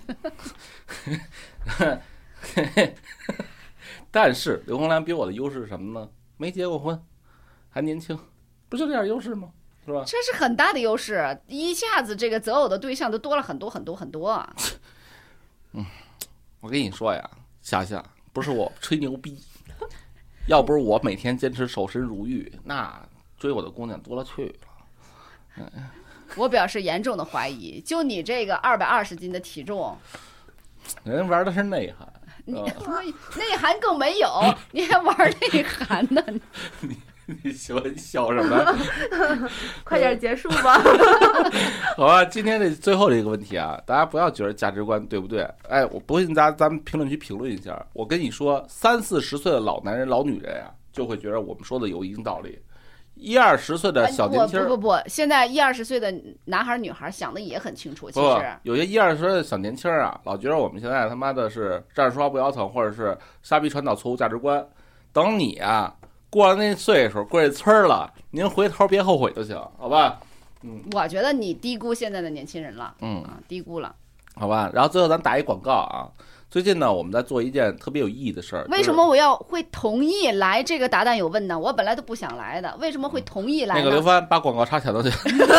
但是刘洪良比我的优势是什么呢？没结过婚，还年轻。不就这点优势吗？是吧？ 这是很大的优势，一下子这个择偶的对象都多了很多很多很多啊。 嗯，我跟你说呀，夏夏，不是我吹牛逼， 要不是我每天坚持守身如玉，那追我的姑娘多了去了。嗯， 我表示严重的怀疑，就你这个二百二十斤的体重， 人玩的是内涵， 你内涵更没有，你还玩内涵呢？ 你你笑你笑什么？ 快点结束吧。 好吧，今天这最后这个问题啊，大家不要觉得价值观对不对？哎，我不信大家咱们评论区评论一下。我跟你说，三四十岁的老男人、老女人啊，就会觉得我们说的有一定道理。一二十岁的小年轻， 不不不，现在一二十岁的男孩女孩想的也很清楚。其实有些一二十岁的小年轻啊，老觉得我们现在他妈的是站着说话不腰疼，或者是瞎逼传导错误价值观。等你啊过了那岁数，过这村了，您回头别后悔就行，好吧？嗯， 我觉得你低估现在的年轻人了， 嗯啊，低估了， 好吧。然后最后咱打一广告啊。最近呢，我们在做一件特别有意义的事儿。 为什么我要会同意来这个答答有问呢？我本来都不想来的，为什么会同意来呢？ 那个刘帆把广告插前头去。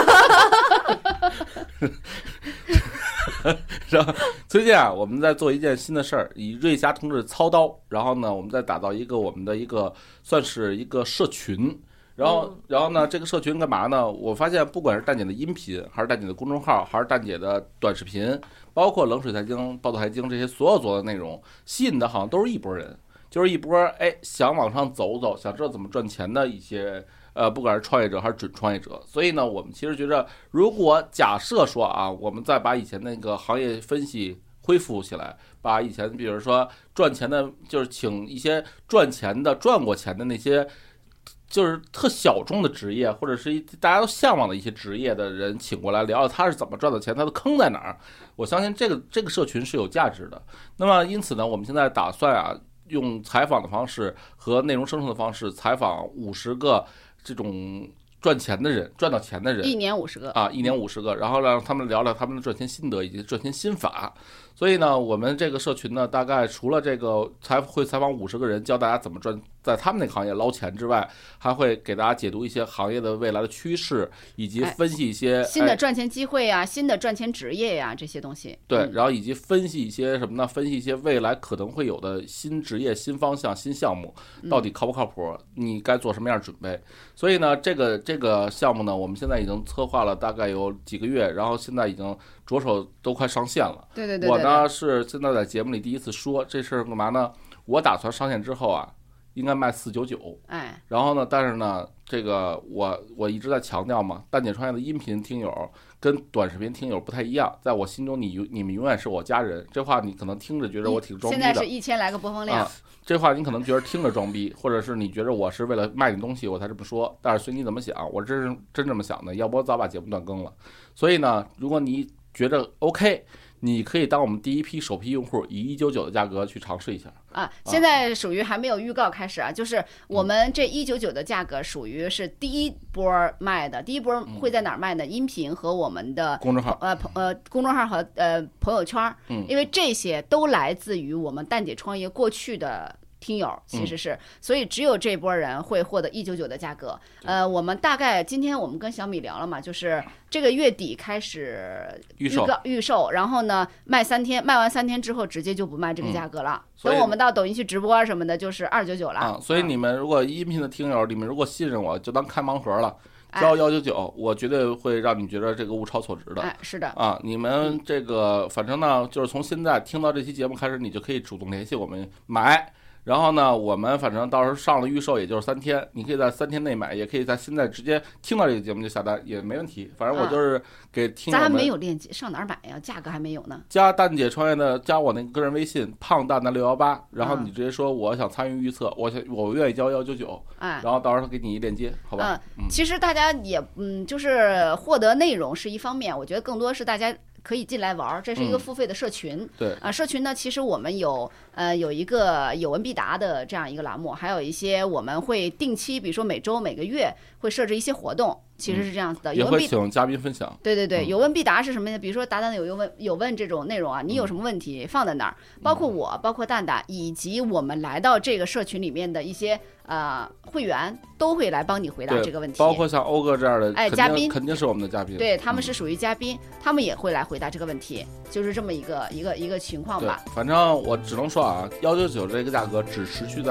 然后最近啊，我们在做一件新的事儿，以瑞霞同志操刀，然后呢，我们再打造一个我们的一个算是一个社群。然后，然后呢？这个社群干嘛呢？我发现，不管是蛋姐的音频，还是蛋姐的公众号，还是蛋姐的短视频，包括冷水财经、暴走财经这些所有做的内容，吸引的好像都是一拨人，就是一波哎想往上走走，想知道怎么赚钱的一些呃，不管是创业者还是准创业者。所以呢，我们其实觉得，如果假设说啊，我们再把以前那个行业分析恢复起来，把以前比如说赚钱的，就是请一些赚钱的、赚过钱的那些。就是特小众的职业，或者是大家都向往的一些职业的人，请过来聊聊他是怎么赚的钱，他的坑在哪儿。我相信这个这个社群是有价值的。那么因此呢，我们现在打算啊，用采访的方式和内容生成的方式，采访五十个这种赚钱的人，赚到钱的人， 一年五十个啊，一年五十个，然后让他们聊聊他们的赚钱心得以及赚钱心法。所以呢，我们这个社群呢，大概除了这个才会采访五十个人，教大家怎么赚，在他们那个行业捞钱之外，还会给大家解读一些行业的未来的趋势，以及分析一些、 哎、新的赚钱机会啊、哎，新的赚钱职业呀、啊，这些东西。 对， 嗯、 然后以及分析一些什么呢？分析一些未来可能会有的新职业、新方向、新项目，到底靠不靠谱？嗯、你该做什么样的准备？所以呢，这个这个项目呢，我们现在已经策划了大概有几个月，然后现在已经着手都快上线了。 对对 对, 对, 对。 我呢是现在在节目里第一次说这事儿干嘛呢？我打算上线之后啊，应该卖四九九。 哎。 然后呢，但是呢，这个我我一直在强调嘛，蛋姐创业的音频听友跟短视频听友不太一样，在我心中你你们永远是我家人。这话你可能听着觉得我挺装逼的。 现在是一千来个播放量。 啊这话你可能觉得听着装逼，或者是你觉得我是为了卖你东西我才这么说，但是随你怎么想，我真是真这么想的，要不我早把节目断更了。所以呢，如果你觉得 OK， 你可以当我们第一批首批用户，以一九九的价格去尝试一下啊。现在属于还没有预告开始啊，就是我们这一九九的价格属于是第一波卖的，第一波会在哪儿卖呢？音频和我们的公众号， 呃呃公众号和呃朋友圈， 嗯， 因为这些都来自于我们蛋姐创业过去的。听友其实是、嗯，所以只有这波人会获得一九九的价格。呃，我们大概今天我们跟小米聊了嘛，就是这个月底开始预告预售，然后呢卖三天，卖完三天之后直接就不卖这个价格了。嗯、等我们到抖音去直播什么的，就是二九九了。 啊，所以你们如果音频的听友，你们如果信任我，就当开盲盒了。交幺九九，我绝对会让你觉得这个物超所值的。 哎，是的啊，你们这个反正呢，就是从现在听到这期节目开始，你就可以主动联系我们买。然后呢，我们反正到时候上了预售，也就是三天，你可以在三天内买，也可以在现在直接听到这个节目就下单，也没问题。反正我就是给听友们。 咱还没有链接，上哪儿买呀？价格还没有呢。 加蛋姐创业的，加我那个个人微信胖蛋蛋六幺八，然后你直接说我想参与预测，我想我愿意交幺九九， 哎， 然后到时候给你一链接，好吧？ 嗯，其实大家也嗯，就是获得内容是一方面，我觉得更多是大家。可以进来玩，这是一个付费的社群。 嗯、对啊，社群呢，其实我们有呃有一个有问必答的这样一个栏目，还有一些我们会定期，比如说每周、每个月会设置一些活动，其实是这样子的。 嗯、也会请嘉宾分享。 对对对， 嗯、 有问必答是什么呢？比如说答答有有问有问这种内容啊，你有什么问题、嗯、放在那儿，包括我，包括蛋蛋，以及我们来到这个社群里面的一些呃会员都会来帮你回答这个问题。 包括像欧哥这样的哎嘉宾， 肯定是我们的嘉宾。 对，他们是属于嘉宾，嗯、他们也会来回答这个问题，就是这么一个一个一个情况吧。 反正我只能说啊，幺九九这个价格只持续在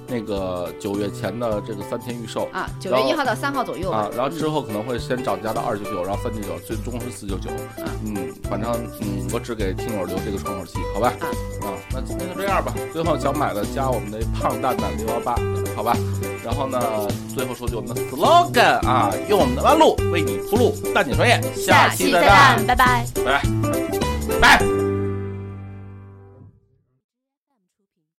那个九月前的这个三天预售啊，九月一号到三号左右啊，然后之后可能会先涨价到二九九，然后三九九，最终是四九九。嗯，反正嗯，我只给听友留这个窗口期，好吧？ 啊啊，那今天就这样吧。最后想买的加我们的胖蛋蛋六幺八，好吧？然后呢，最后说句我们的 slogan 啊，用我们的弯路为你铺路，蛋姐专业， 下期再见，拜拜， 拜拜，拜。